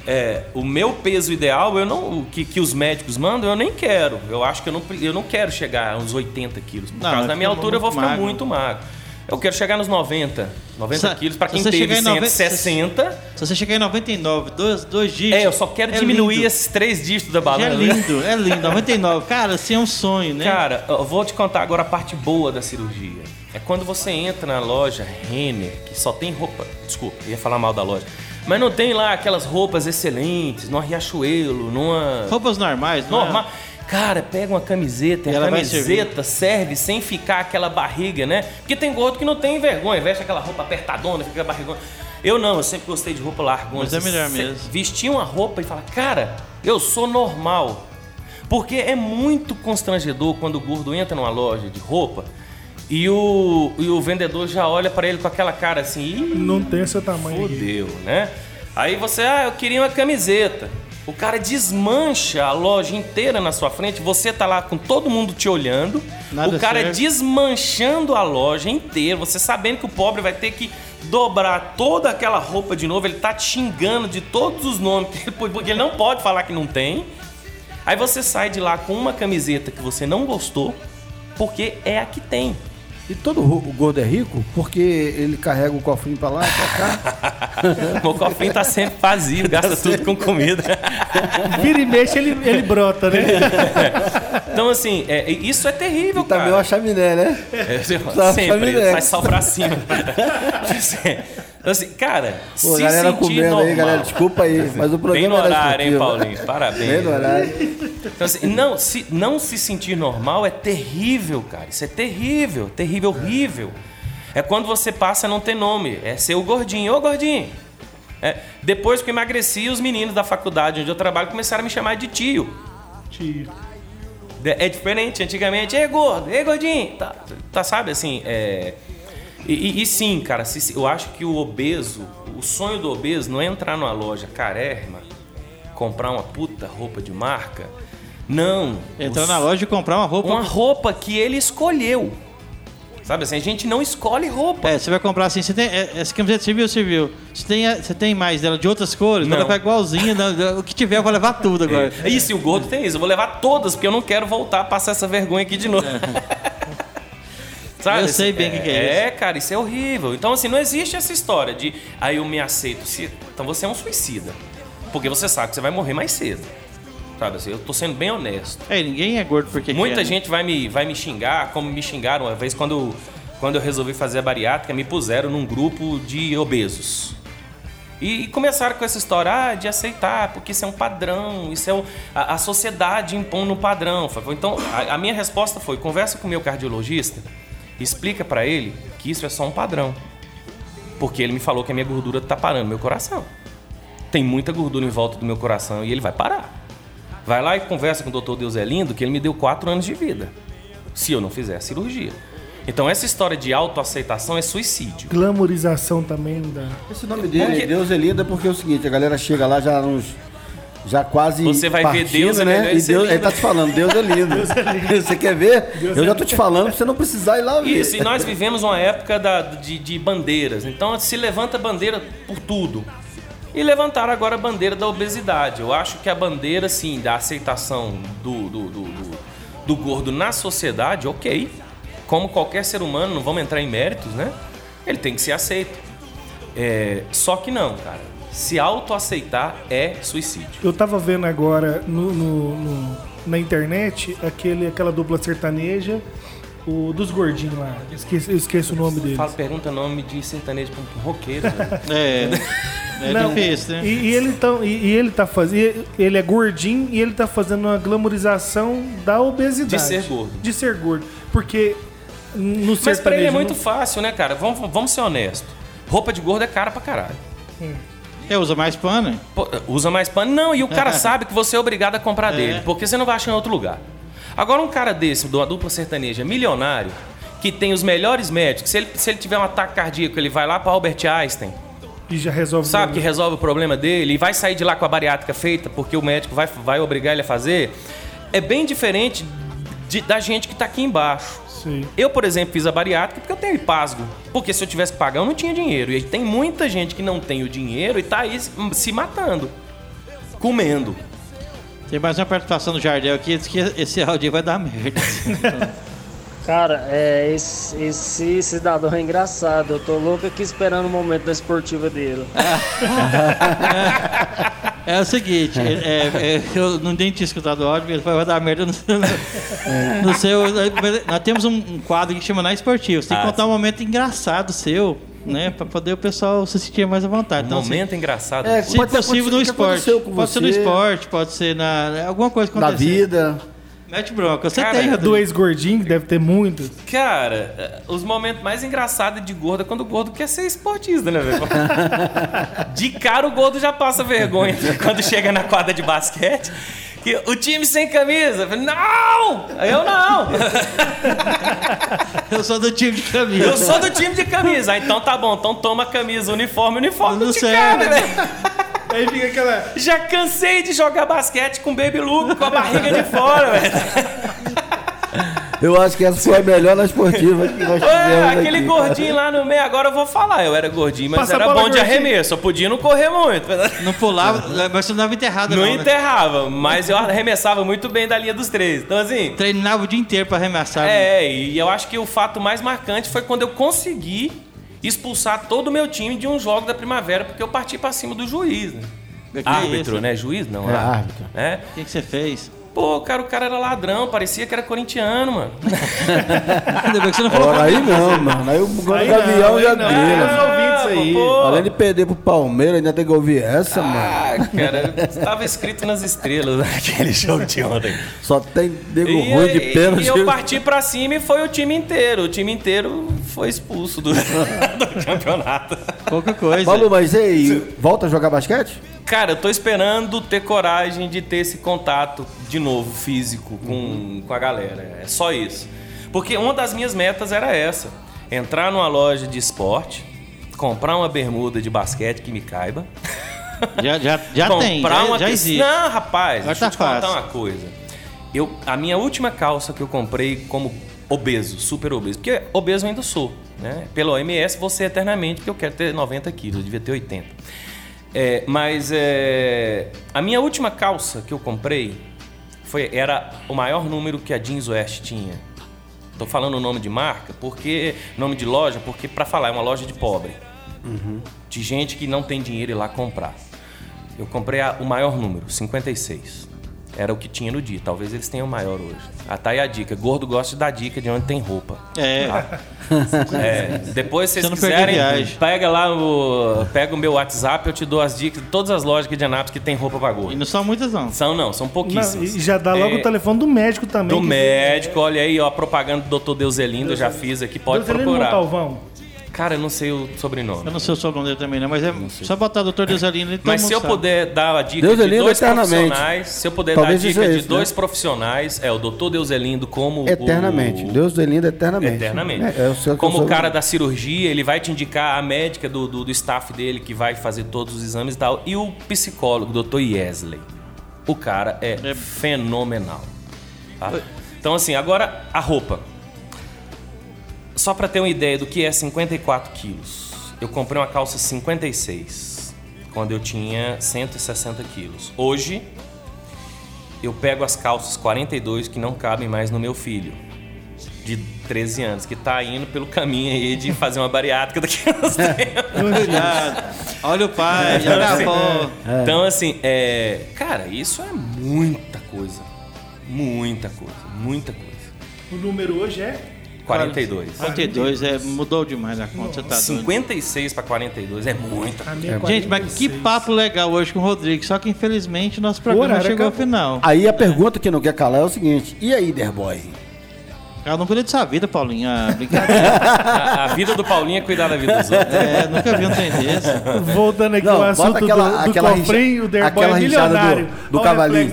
o meu peso ideal, eu não, que os médicos mandam, eu nem quero. Eu acho que eu não quero chegar a uns 80 quilos. Por causa da minha altura, eu vou ficar muito magro. Eu quero chegar nos 90 quilos. Para quem teve 160... Se você chegar em 99, dois dígitos... eu só quero diminuir lindo. esses 3 dígitos da balança. É lindo, é lindo. 99. Cara, assim é um sonho, né? Cara, eu vou te contar agora a parte boa da cirurgia. É quando você entra na loja Renner, que só tem roupa... Desculpa, eu ia falar mal da loja. Mas não tem lá aquelas roupas excelentes, numa Riachuelo, numa... Roupas normais, não Normal. Cara, pega uma camiseta, E a ela vai camiseta serve sem ficar aquela barriga, né? Porque tem gordo que não tem vergonha, veste aquela roupa apertadona, fica aquela barrigona. Eu não, eu sempre gostei de roupa largona. Mas é melhor mesmo. Vestir uma roupa e falar, cara, eu sou normal. Porque é muito constrangedor quando o gordo entra numa loja de roupa e o vendedor já olha pra ele com aquela cara assim, ih, Não tem seu tamanho aqui. fodeu, né? Aí você, eu queria uma camiseta. O cara desmancha a loja inteira na sua frente, você tá lá com todo mundo te olhando, Nada o cara serve. desmanchando a loja inteira, você sabendo que o pobre vai ter que dobrar toda aquela roupa de novo, ele tá te xingando de todos os nomes, porque ele não pode falar que não tem. Aí você sai de lá com uma camiseta que você não gostou, porque é a que tem. E todo o gordo é rico porque ele carrega o cofrinho pra lá e pra cá. O cofrinho tá sempre vazio, gasta tudo com comida. Vira e mexe, ele brota, né? Então, assim, isso é terrível, E cara. também uma chaminé, né? Sempre, sai só pra cima. Então, assim, cara, Pô, se galera sentir comendo normal. aí, galera, desculpa aí, mas o Bem programa no era horário, hein, esportivo. Paulinho? Parabéns. Bem no horário. Então, assim, não se sentir normal é terrível, cara. Isso é terrível, terrível, horrível. É quando você passa a não ter nome. É ser o gordinho. Ô, gordinho. Depois que eu emagreci, os meninos da faculdade onde eu trabalho começaram a me chamar de tio. Tio. É diferente. Antigamente, ei, gordo, ei, gordinho. Tá sabe, assim, E sim, cara, eu acho que o sonho do obeso não é entrar numa loja carérrima, comprar uma puta roupa de marca. Não. Entrar na loja e comprar uma roupa. Uma roupa que ele escolheu. Sabe assim, a gente não escolhe roupa. Você vai comprar assim, você tem essa camiseta civil. Você tem mais dela de outras cores? Não. Ela vai igualzinha, o que tiver eu vou levar tudo agora. Isso, e o gordo tem isso. Eu vou levar todas, porque eu não quero voltar a passar essa vergonha aqui de novo. Sabe? Eu sei bem o que é isso. Cara, isso é horrível. Então, assim, não existe essa história de eu me aceito. Então você é um suicida. Porque você sabe que você vai morrer mais cedo. Sabe assim, eu tô sendo bem honesto. Ninguém é gordo porque muita gente vai me xingar, como me xingaram uma vez quando eu resolvi fazer a bariátrica, me puseram num grupo de obesos. E começaram com essa história de aceitar, porque isso é um padrão, isso é a sociedade impondo um padrão. Então, a minha resposta foi: conversa com o meu cardiologista, explica pra ele que isso é só um padrão. Porque ele me falou que a minha gordura tá parando no meu coração. Tem muita gordura em volta do meu coração e ele vai parar. Vai lá e conversa com o Dr. Deus é Lindo, que ele me deu 4 anos de vida, se eu não fizer a cirurgia. Então essa história de autoaceitação é suicídio. Glamorização também da... Esse nome dele, Deus é Lindo, é porque é o seguinte, a galera chega lá já quase você vai partindo, ver Deus, né? E Deus, ele tá te falando, Deus é lindo. Deus é lindo. Você quer ver? Eu já tô te falando pra você não precisar ir lá ver. Isso, e nós vivemos uma época de bandeiras. Então se levanta bandeira por tudo. E levantaram agora a bandeira da obesidade. Eu acho que a bandeira, sim, da aceitação do gordo na sociedade, ok. Como qualquer ser humano, não vamos entrar em méritos, né? Ele tem que ser aceito. Só que não, cara. Se autoaceitar é suicídio. Eu tava vendo agora na internet aquela dupla sertaneja, dos gordinhos lá. Eu esqueço o nome deles. Pergunta nome de sertanejo pra um roqueiro. Né? Difícil, né? Ele é gordinho e ele tá fazendo uma glamorização da obesidade. De ser gordo. Porque no sertanejo... Mas pra ele é muito fácil, né, cara? Vamos ser honestos. Roupa de gordo é cara pra caralho. Usa mais pano? Pô, usa mais pano? Não, e o cara sabe que você é obrigado a comprar dele, porque você não vai achar em outro lugar. Agora um cara desse, de uma dupla sertaneja, milionário, que tem os melhores médicos, se ele tiver um ataque cardíaco, ele vai lá pra Albert Einstein. E já resolve. Sabe que resolve o problema dele e vai sair de lá com a bariátrica feita porque o médico vai obrigar ele a fazer. É bem diferente da gente que tá aqui embaixo. Sim. Eu, por exemplo, fiz a bariátrica porque eu tenho hipasgo. Porque se eu tivesse que pagar, eu não tinha dinheiro. E tem muita gente que não tem o dinheiro e tá aí se matando. Comendo. Tem mais uma participação do Jardel aqui, diz que esse áudio vai dar merda. Cara, esse cidadão é engraçado. Eu tô louco aqui esperando o momento da esportiva dele. É o seguinte, eu não tinha escutado o áudio, ele vai dar merda no seu. Nós temos um quadro que chama Na Esportiva. Você tem que contar um momento engraçado seu, né? Pra poder o pessoal se sentir mais à vontade. Então, Momento engraçado. Se possível no esporte. Pode ser no esporte, pode ser alguma coisa que aconteceu. Na vida. Mete bronca, você Cara, tem, Rodrigo. Do ex-gordinho, que deve ter muitos. Cara, os momentos mais engraçados de gordo é quando o gordo quer ser esportista, né, velho? De cara o gordo já passa vergonha quando chega na quadra de basquete. Que o time sem camisa. Eu falei, não! Eu não! Eu sou do time de camisa. Eu sou do time de camisa. Então tá bom, então toma a camisa, uniforme não te serve. cabe, velho. Aí fica aquela... Já cansei de jogar basquete com Baby Luke, com a barriga de fora, velho. Eu acho que essa foi a melhor na esportiva que nós tivemos aquele aqui, gordinho lá no meio, agora eu vou falar. Eu era gordinho, mas era bom de arremesso. Eu podia não correr muito. Não pulava, mas você não dava enterrada, não. Não enterrava, mas eu arremessava muito bem da linha dos 3. Então, assim... Treinava o dia inteiro pra arremessar. E eu acho que o fato mais marcante foi quando eu consegui expulsar todo o meu time de um jogo da primavera, porque eu parti pra cima do juiz, né? Árbitro, né? Juiz não. Árbitro. Né? O que você fez? Pô, cara, o cara era ladrão, parecia que era corintiano, mano. Ainda bem que você não falou. Agora aí não, mano. Aí o Gavião já deu. Além de perder pro Palmeiras, ainda tem que ouvir essa, mano. Cara, estava escrito nas estrelas naquele jogo de ontem. Só tem nego ruim de pênalti. E eu parti pra cima e foi o time inteiro. O time inteiro foi expulso do campeonato. Pouca coisa. Paulo, mas e aí, volta a jogar basquete? Cara, eu tô esperando ter coragem de ter esse contato de novo, físico, com a galera. É só isso. Porque uma das minhas metas era essa. Entrar numa loja de esporte, comprar uma bermuda de basquete que me caiba. Já tem, já existe. Não, rapaz, agora deixa eu te contar fácil. uma coisa. A minha última calça que eu comprei como obeso, super obeso, porque obeso eu ainda sou, né? Pela OMS vou ser eternamente, porque eu quero ter 90 quilos, eu devia ter 80. Mas a minha última calça que eu comprei era o maior número que a Jeans West tinha. Tô falando o nome de marca, nome de loja, porque pra falar é uma loja de pobre. De gente que não tem dinheiro ir lá comprar. Eu comprei o maior número, 56. Era o que tinha no dia. Talvez eles tenham o maior hoje. Tá aí a dica. Gordo gosta de dar dica de onde tem roupa. Tá? Depois, se vocês quiserem, pega o meu WhatsApp, eu te dou as dicas de todas as lojas aqui de Anápolis que tem roupa pra gordo. E não são muitas, não. São pouquíssimas. E já dá logo o telefone do médico também. Do médico, olha aí, ó, a propaganda do Dr. Deuselindo, eu já fiz aqui, pode procurar. Montalvão. Cara, eu não sei o sobrenome. Eu não sei o sobrenome dele também, não, mas só botar o Dr. Deuselino e Mas se eu puder dar a dica de dois profissionais, dois profissionais, o Dr. Deuselindo como eternamente. Deuselino eternamente. Eternamente. Como o cara da cirurgia, ele vai te indicar a médica do staff dele que vai fazer todos os exames e tal. E o psicólogo, o Dr. Yesley. O cara é fenomenal. Tá? Então, assim, agora a roupa. Só para ter uma ideia do que é 54 quilos, eu comprei uma calça 56, quando eu tinha 160 quilos. Hoje, eu pego as calças 42 que não cabem mais no meu filho, de 13 anos, que tá indo pelo caminho aí de fazer uma bariátrica daqui a uns tempos. Olha o pai, já acabou. Então, assim, cara, isso é muita coisa. Muita coisa, muita coisa. O número hoje é? 42. 42 mudou demais a conta, você tá 56 para 42 é muita. Gente, mas que papo legal hoje com o Rodrigo, só que infelizmente nosso programa chegou ao final. Aí a pergunta que não quer calar é o seguinte, e aí, Derboy? Eu não cuidei dessa vida, Paulinho. Brincadeira. A vida do Paulinho é cuidar da vida dos outros. Nunca vi um trem desse. Voltando aqui ao assunto do cofrinho, o Derboy é milionário. Do cavalinho.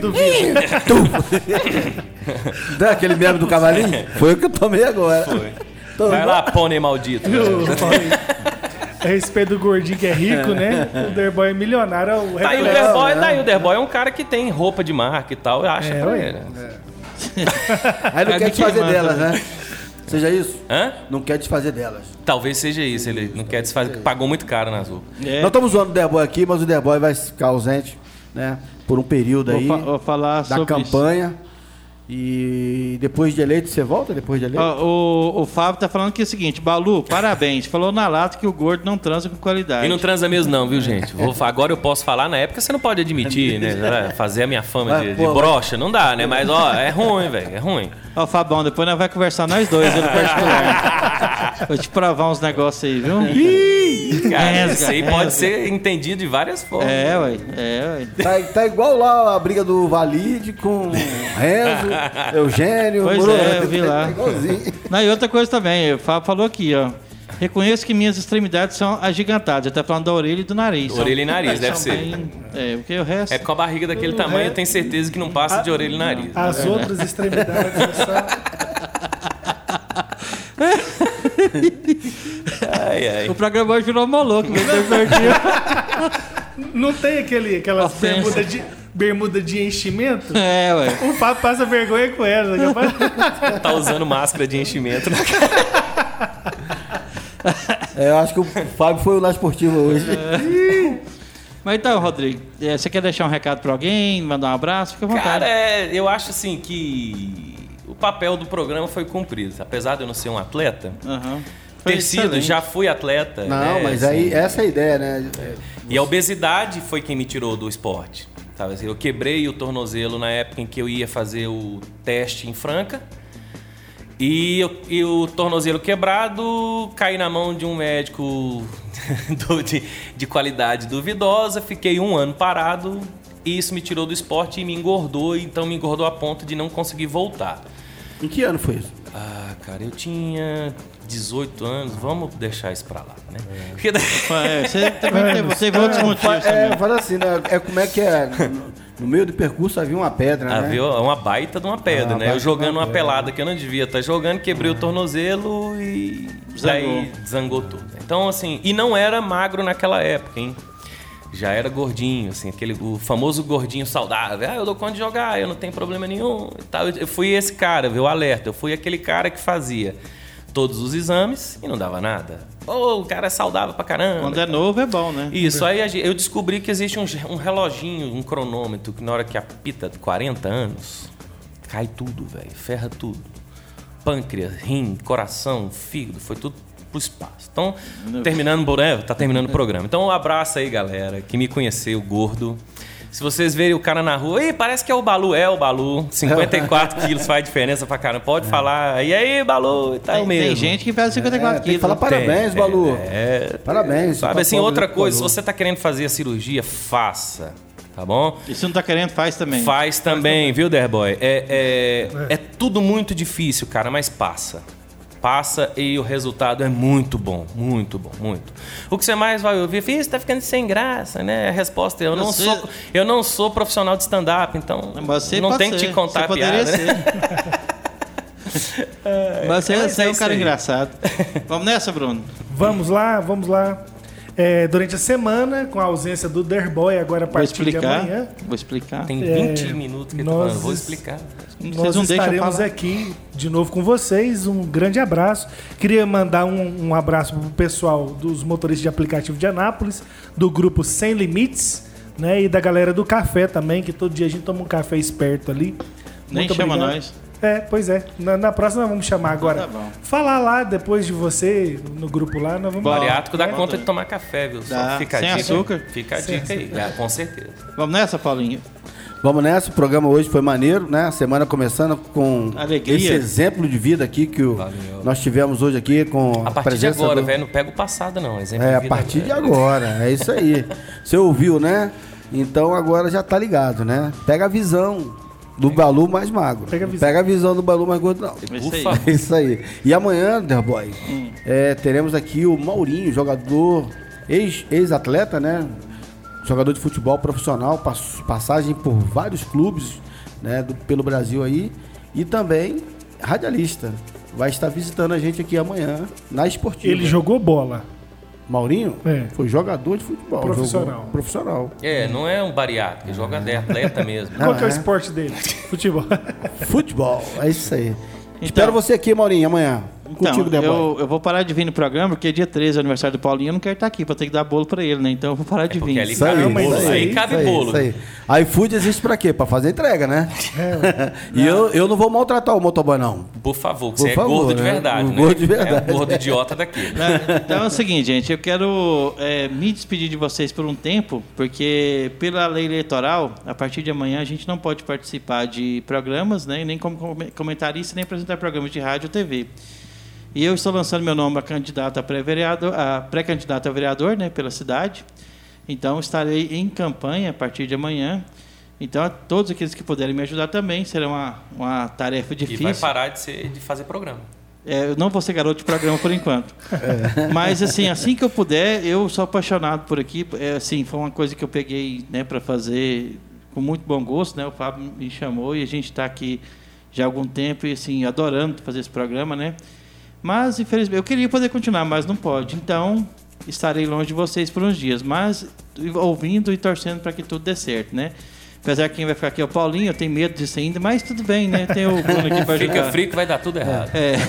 Não é aquele meme do cavalinho? Foi o que eu tomei agora. Foi. Vai lá, pônei maldito. A respeito do gordinho que é rico, né? O Derboy é milionário. Daí o Derboy é um cara que tem roupa de marca e tal, acha pra ele. Aí não quer desfazer delas, né? Seja isso? Hã? Não quer desfazer delas. Talvez seja isso, ele não quer desfazer, porque pagou muito caro nas roupas. Nós estamos zoando o Derboy aqui, mas o Derboy vai ficar ausente, né? Por um período aí vou falar da sobre campanha. Isso. E depois de eleito, você volta depois de eleito? O Fábio tá falando que é o seguinte, Balu, parabéns. Falou na lata que o gordo não transa com qualidade. E não transa mesmo não, viu, gente? Agora eu posso falar, na época você não pode admitir, né? Fazer a minha fama de broxa, não dá, né? Mas, é ruim, velho, é ruim. Ó, Fabão, depois nós vamos conversar nós dois, no particular. Vou te provar uns negócios aí, viu? Cara, isso aí pode ser entendido de várias formas. Ué. Tá igual lá a briga do Valide com Renzo, Eugênio. Pois eu vi lá. E outra coisa também, o Fábio falou aqui, ó. Reconheço que minhas extremidades são agigantadas. Ele tá falando da orelha e do nariz. Orelha e nariz, deve ser. Porque o resto... Com a barriga daquele tamanho, eu tenho certeza que não passa de orelha e nariz. As outras extremidades são... O programa hoje virou maluco. Não tem aquelas bermuda de enchimento? Ué. O Fábio passa vergonha com ela. Tá usando máscara de enchimento na cara. Eu acho que o Fábio foi o lá esportivo hoje. Mas então, Rodrigo, você quer deixar um recado pra alguém, mandar um abraço? Fica à vontade. Cara, eu acho assim que o papel do programa foi cumprido. Apesar de eu não ser um atleta, já fui atleta. Não, mas aí essa é a ideia, né? E a obesidade foi quem me tirou do esporte. Eu quebrei o tornozelo na época em que eu ia fazer o teste em Franca. E o tornozelo quebrado, caí na mão de um médico de qualidade duvidosa. Fiquei 1 ano parado e isso me tirou do esporte e me engordou. Então me engordou a ponto de não conseguir voltar. Em que ano foi isso? Ah, cara, eu tinha 18 anos. Vamos deixar isso pra lá, né? Você também teve outros motivos também. Fala assim, né? Como é que é? No meio do percurso havia uma pedra, né? Havia uma baita de uma pedra, né? Eu jogando uma pelada que eu não devia estar jogando, quebrei o tornozelo e daí desangou tudo. Então, assim, e não era magro naquela época, hein? Já era gordinho, assim, o famoso gordinho saudável. Eu dou conta de jogar, eu não tenho problema nenhum e tal. Eu fui esse cara, viu? Alerta. Eu fui aquele cara que fazia todos os exames e não dava nada. O cara é saudável pra caramba. Quando é novo é bom, né? Isso, aí eu descobri que existe um reloginho, um cronômetro, que na hora que apita de 40 anos, cai tudo, velho, ferra tudo. Pâncreas, rim, coração, fígado, foi tudo pro espaço. Então, tá terminando o programa. Então, um abraço aí, galera, que me conheceu, gordo. Se vocês verem o cara na rua, parece que é o Balu. É o Balu. 54 quilos faz diferença pra caramba. Pode falar. E aí, Balu? Tá o mesmo. Tem gente que pesa 54 quilos. Tem que falar parabéns, Balu. Parabéns. Sabe assim, outra coisa, se você tá querendo fazer a cirurgia, faça. Tá bom? E se não tá querendo, faz também. Faz também, viu, Derboy? É tudo muito difícil, cara, mas passa. Passa e o resultado é muito bom, muito bom, muito. O que você mais vai ouvir? Você tá ficando sem graça, né? A resposta é: eu não sou profissional de stand-up, então não tem que te contar a piada. Né? Mas você é um cara engraçado. Vamos nessa, Bruno? Vamos lá. Durante a semana, com a ausência do Derboy, agora a partir de amanhã. Vou explicar. Tem 20 minutos que eu tô falando. Vou explicar. Nós estaremos aqui de novo com vocês. Um grande abraço. Queria mandar um abraço pro pessoal dos motoristas de aplicativo de Anápolis, do grupo Sem Limites, né? E da galera do café também, que todo dia a gente toma um café esperto ali. Nem chama nós. Pois é. Na próxima nós vamos chamar agora. Tá bom. Falar lá depois de você, no grupo lá, nós vamos... Bariátrico dá conta de tomar café, viu? Só fica sem açúcar. Fica a dica aí, com certeza. Vamos nessa, Paulinho? Vamos nessa, o programa hoje foi maneiro, né? A semana começando com alegria. Esse exemplo de vida aqui que nós tivemos hoje aqui com a partir de agora, velho, não pega o passado não, exemplo de vida. A partir de agora, é isso aí. Você ouviu, né? Então agora já tá ligado, né? Pega a visão do Balu mais magro. Pega a visão do Balu mais gordo, não. É isso aí. E amanhã, Derboy, teremos aqui o Maurinho, jogador, ex-atleta, né? Jogador de futebol profissional, passagem por vários clubes, né, pelo Brasil aí. E também radialista. Vai estar visitando a gente aqui amanhã na Esportiva. Ele jogou bola. Maurinho? Foi jogador de futebol. Profissional. Não é um bariátrico, joga atleta mesmo. Qual que é o esporte dele? Futebol. Futebol, é isso aí. Espero você aqui, Maurinho, amanhã. Contigo, Derboy. Eu vou parar de vir no programa, porque dia 13 é aniversário do Paulinho, eu não quero estar aqui pra ter que dar bolo pra ele, né? Então eu vou parar de vir. Ali cabe bolo. iFood existe pra quê? Pra fazer entrega, né? E eu não vou maltratar o motoboy, não. Por favor, você é gordo de verdade, né? Gordo de verdade. É um gordo idiota daqui. Então é o seguinte, gente, eu quero me despedir de vocês por um tempo, porque pela lei eleitoral, a partir de amanhã a gente não pode participar de programas, né? Nem como comentarista, nem apresentar programas de rádio ou TV. E eu estou lançando meu nome a candidato a pré-candidato a vereador, né, pela cidade. Então, estarei em campanha a partir de amanhã. Então, todos aqueles que puderem me ajudar também, será uma tarefa difícil. E vai parar de fazer programa. Eu não vou ser garoto de programa por enquanto. Mas, assim que eu puder, eu sou apaixonado por aqui. Assim, foi uma coisa que eu peguei, né, para fazer com muito bom gosto, né? O Fábio me chamou e a gente está aqui já há algum tempo e, assim, adorando fazer esse programa, né? Mas, infelizmente, eu queria poder continuar, mas não pode. Então, estarei longe de vocês por uns dias, mas ouvindo e torcendo para que tudo dê certo, né? Apesar que quem vai ficar aqui é o Paulinho, eu tenho medo disso ainda, mas tudo bem, né? Tem o Bruno aqui para ajudar. Fica frio que vai dar tudo errado.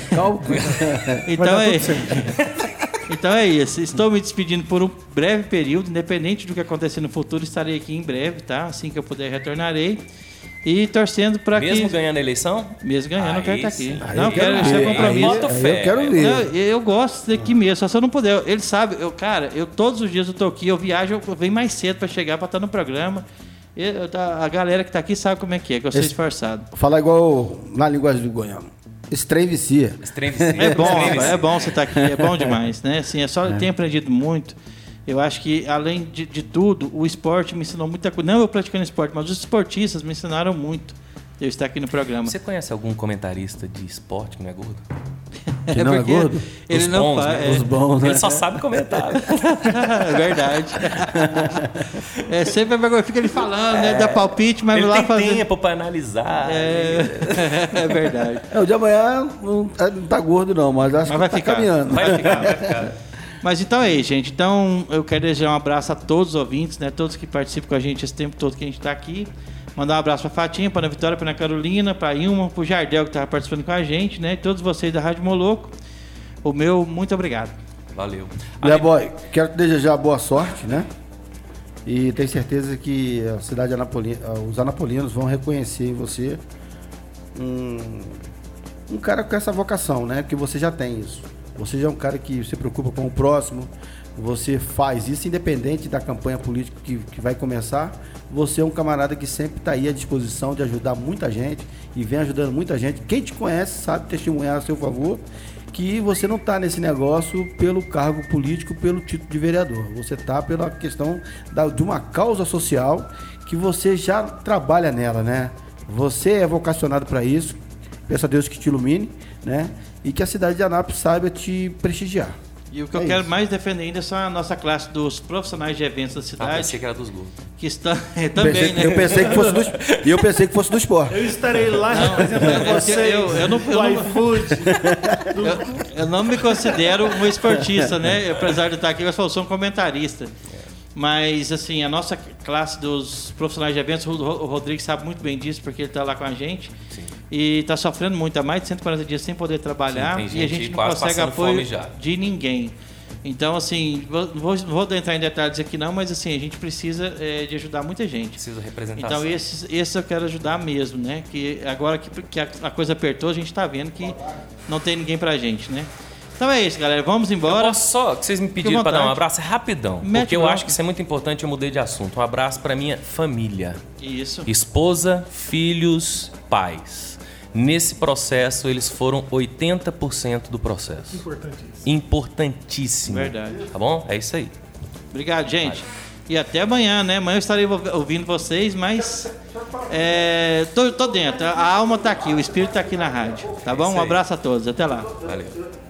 Então é isso. Estou me despedindo por um breve período, independente do que acontecer no futuro, estarei aqui em breve, tá? Assim que eu puder, retornarei. E torcendo para que... Mesmo ganhando a eleição? Mesmo ganhando, eu quero estar aqui. Não, eu quero esse compromisso. Eu quero ver. Eu gosto daqui mesmo, só se eu não puder. Ele sabe, eu todos os dias eu tô aqui, eu viajo, eu venho mais cedo para chegar, para estar no programa. A galera que tá aqui sabe como é que eu sou esforçado. Falar igual na linguagem do goiano. Esse trem vicia. É bom você estar aqui, é bom demais, né? Assim, tenho aprendido muito. Eu acho que, além de tudo, o esporte me ensinou muita coisa. Não eu praticando esporte, mas os esportistas me ensinaram muito. Eu estar aqui no programa. Você conhece algum comentarista de esporte que não é gordo? Que não é gordo? Ele não faz. Né? Os bons, né? Ele só sabe comentar. É verdade. Sempre fica ele falando, né? Dá palpite, mas ele lá tem fazer... tempo para analisar. É verdade. O de amanhã não tá gordo não, mas acho que vai tá ficar. caminhando. Vai ficar. Mas então é isso, gente. Então eu quero desejar um abraço a todos os ouvintes, né? Todos que participam com a gente esse tempo todo que a gente está aqui. Mandar um abraço para a Fatinha, para a Ana Vitória, para a Ana Carolina, para a Ilma, para o Jardel que estava participando com a gente, né? E todos vocês da Rádio Moloco. O meu, muito obrigado. Valeu. Boy, quero te desejar boa sorte, né? E tenho certeza que a cidade os anapolinos vão reconhecer em você um cara com essa vocação, né? Que você já tem isso. Você já é um cara que se preocupa com o próximo, você faz isso independente da campanha política que vai começar. Você é um camarada que sempre está aí à disposição de ajudar muita gente e vem ajudando muita gente. Quem te conhece sabe testemunhar a seu favor que você não está nesse negócio pelo cargo político, pelo título de vereador. Você está pela questão de uma causa social que você já trabalha nela, né? Você é vocacionado para isso. Peço a Deus que te ilumine, né? E que a cidade de Anápolis saiba te prestigiar. E o que eu quero mais defender ainda são a nossa classe dos profissionais de eventos da cidade. Pensei que era dos gordos. Que estão também, né? Eu pensei que fosse do esporte. Eu estarei lá representando vocês. Eu não me considero um esportista, né? Apesar de estar aqui, eu sou um comentarista. Mas, assim, a nossa classe dos profissionais de eventos, o Rodrigo sabe muito bem disso, porque ele está lá com a gente. Sim. E está sofrendo muito, há mais de 140 dias sem poder trabalhar. Sim, e a gente não consegue apoio de ninguém. Então, assim, não vou entrar em detalhes aqui não, mas assim, a gente precisa de ajudar muita gente. Precisa de representação. Então, esse eu quero ajudar mesmo, né? Que agora que a coisa apertou, a gente está vendo que não tem ninguém pra gente, né? Então é isso, galera. Vamos embora. Eu posso só, que vocês me pediram para dar um abraço, é rapidão. Porque eu acho que isso é muito importante, eu mudei de assunto. Um abraço para minha família. Isso. Esposa, filhos, pais. Nesse processo, eles foram 80% do processo. Importantíssimo. Verdade. Tá bom? É isso aí. Obrigado, gente. E até amanhã, né? Amanhã eu estarei ouvindo vocês, mas tô dentro. A alma tá aqui, o espírito tá aqui na rádio. Tá bom? Um abraço a todos. Até lá. Valeu.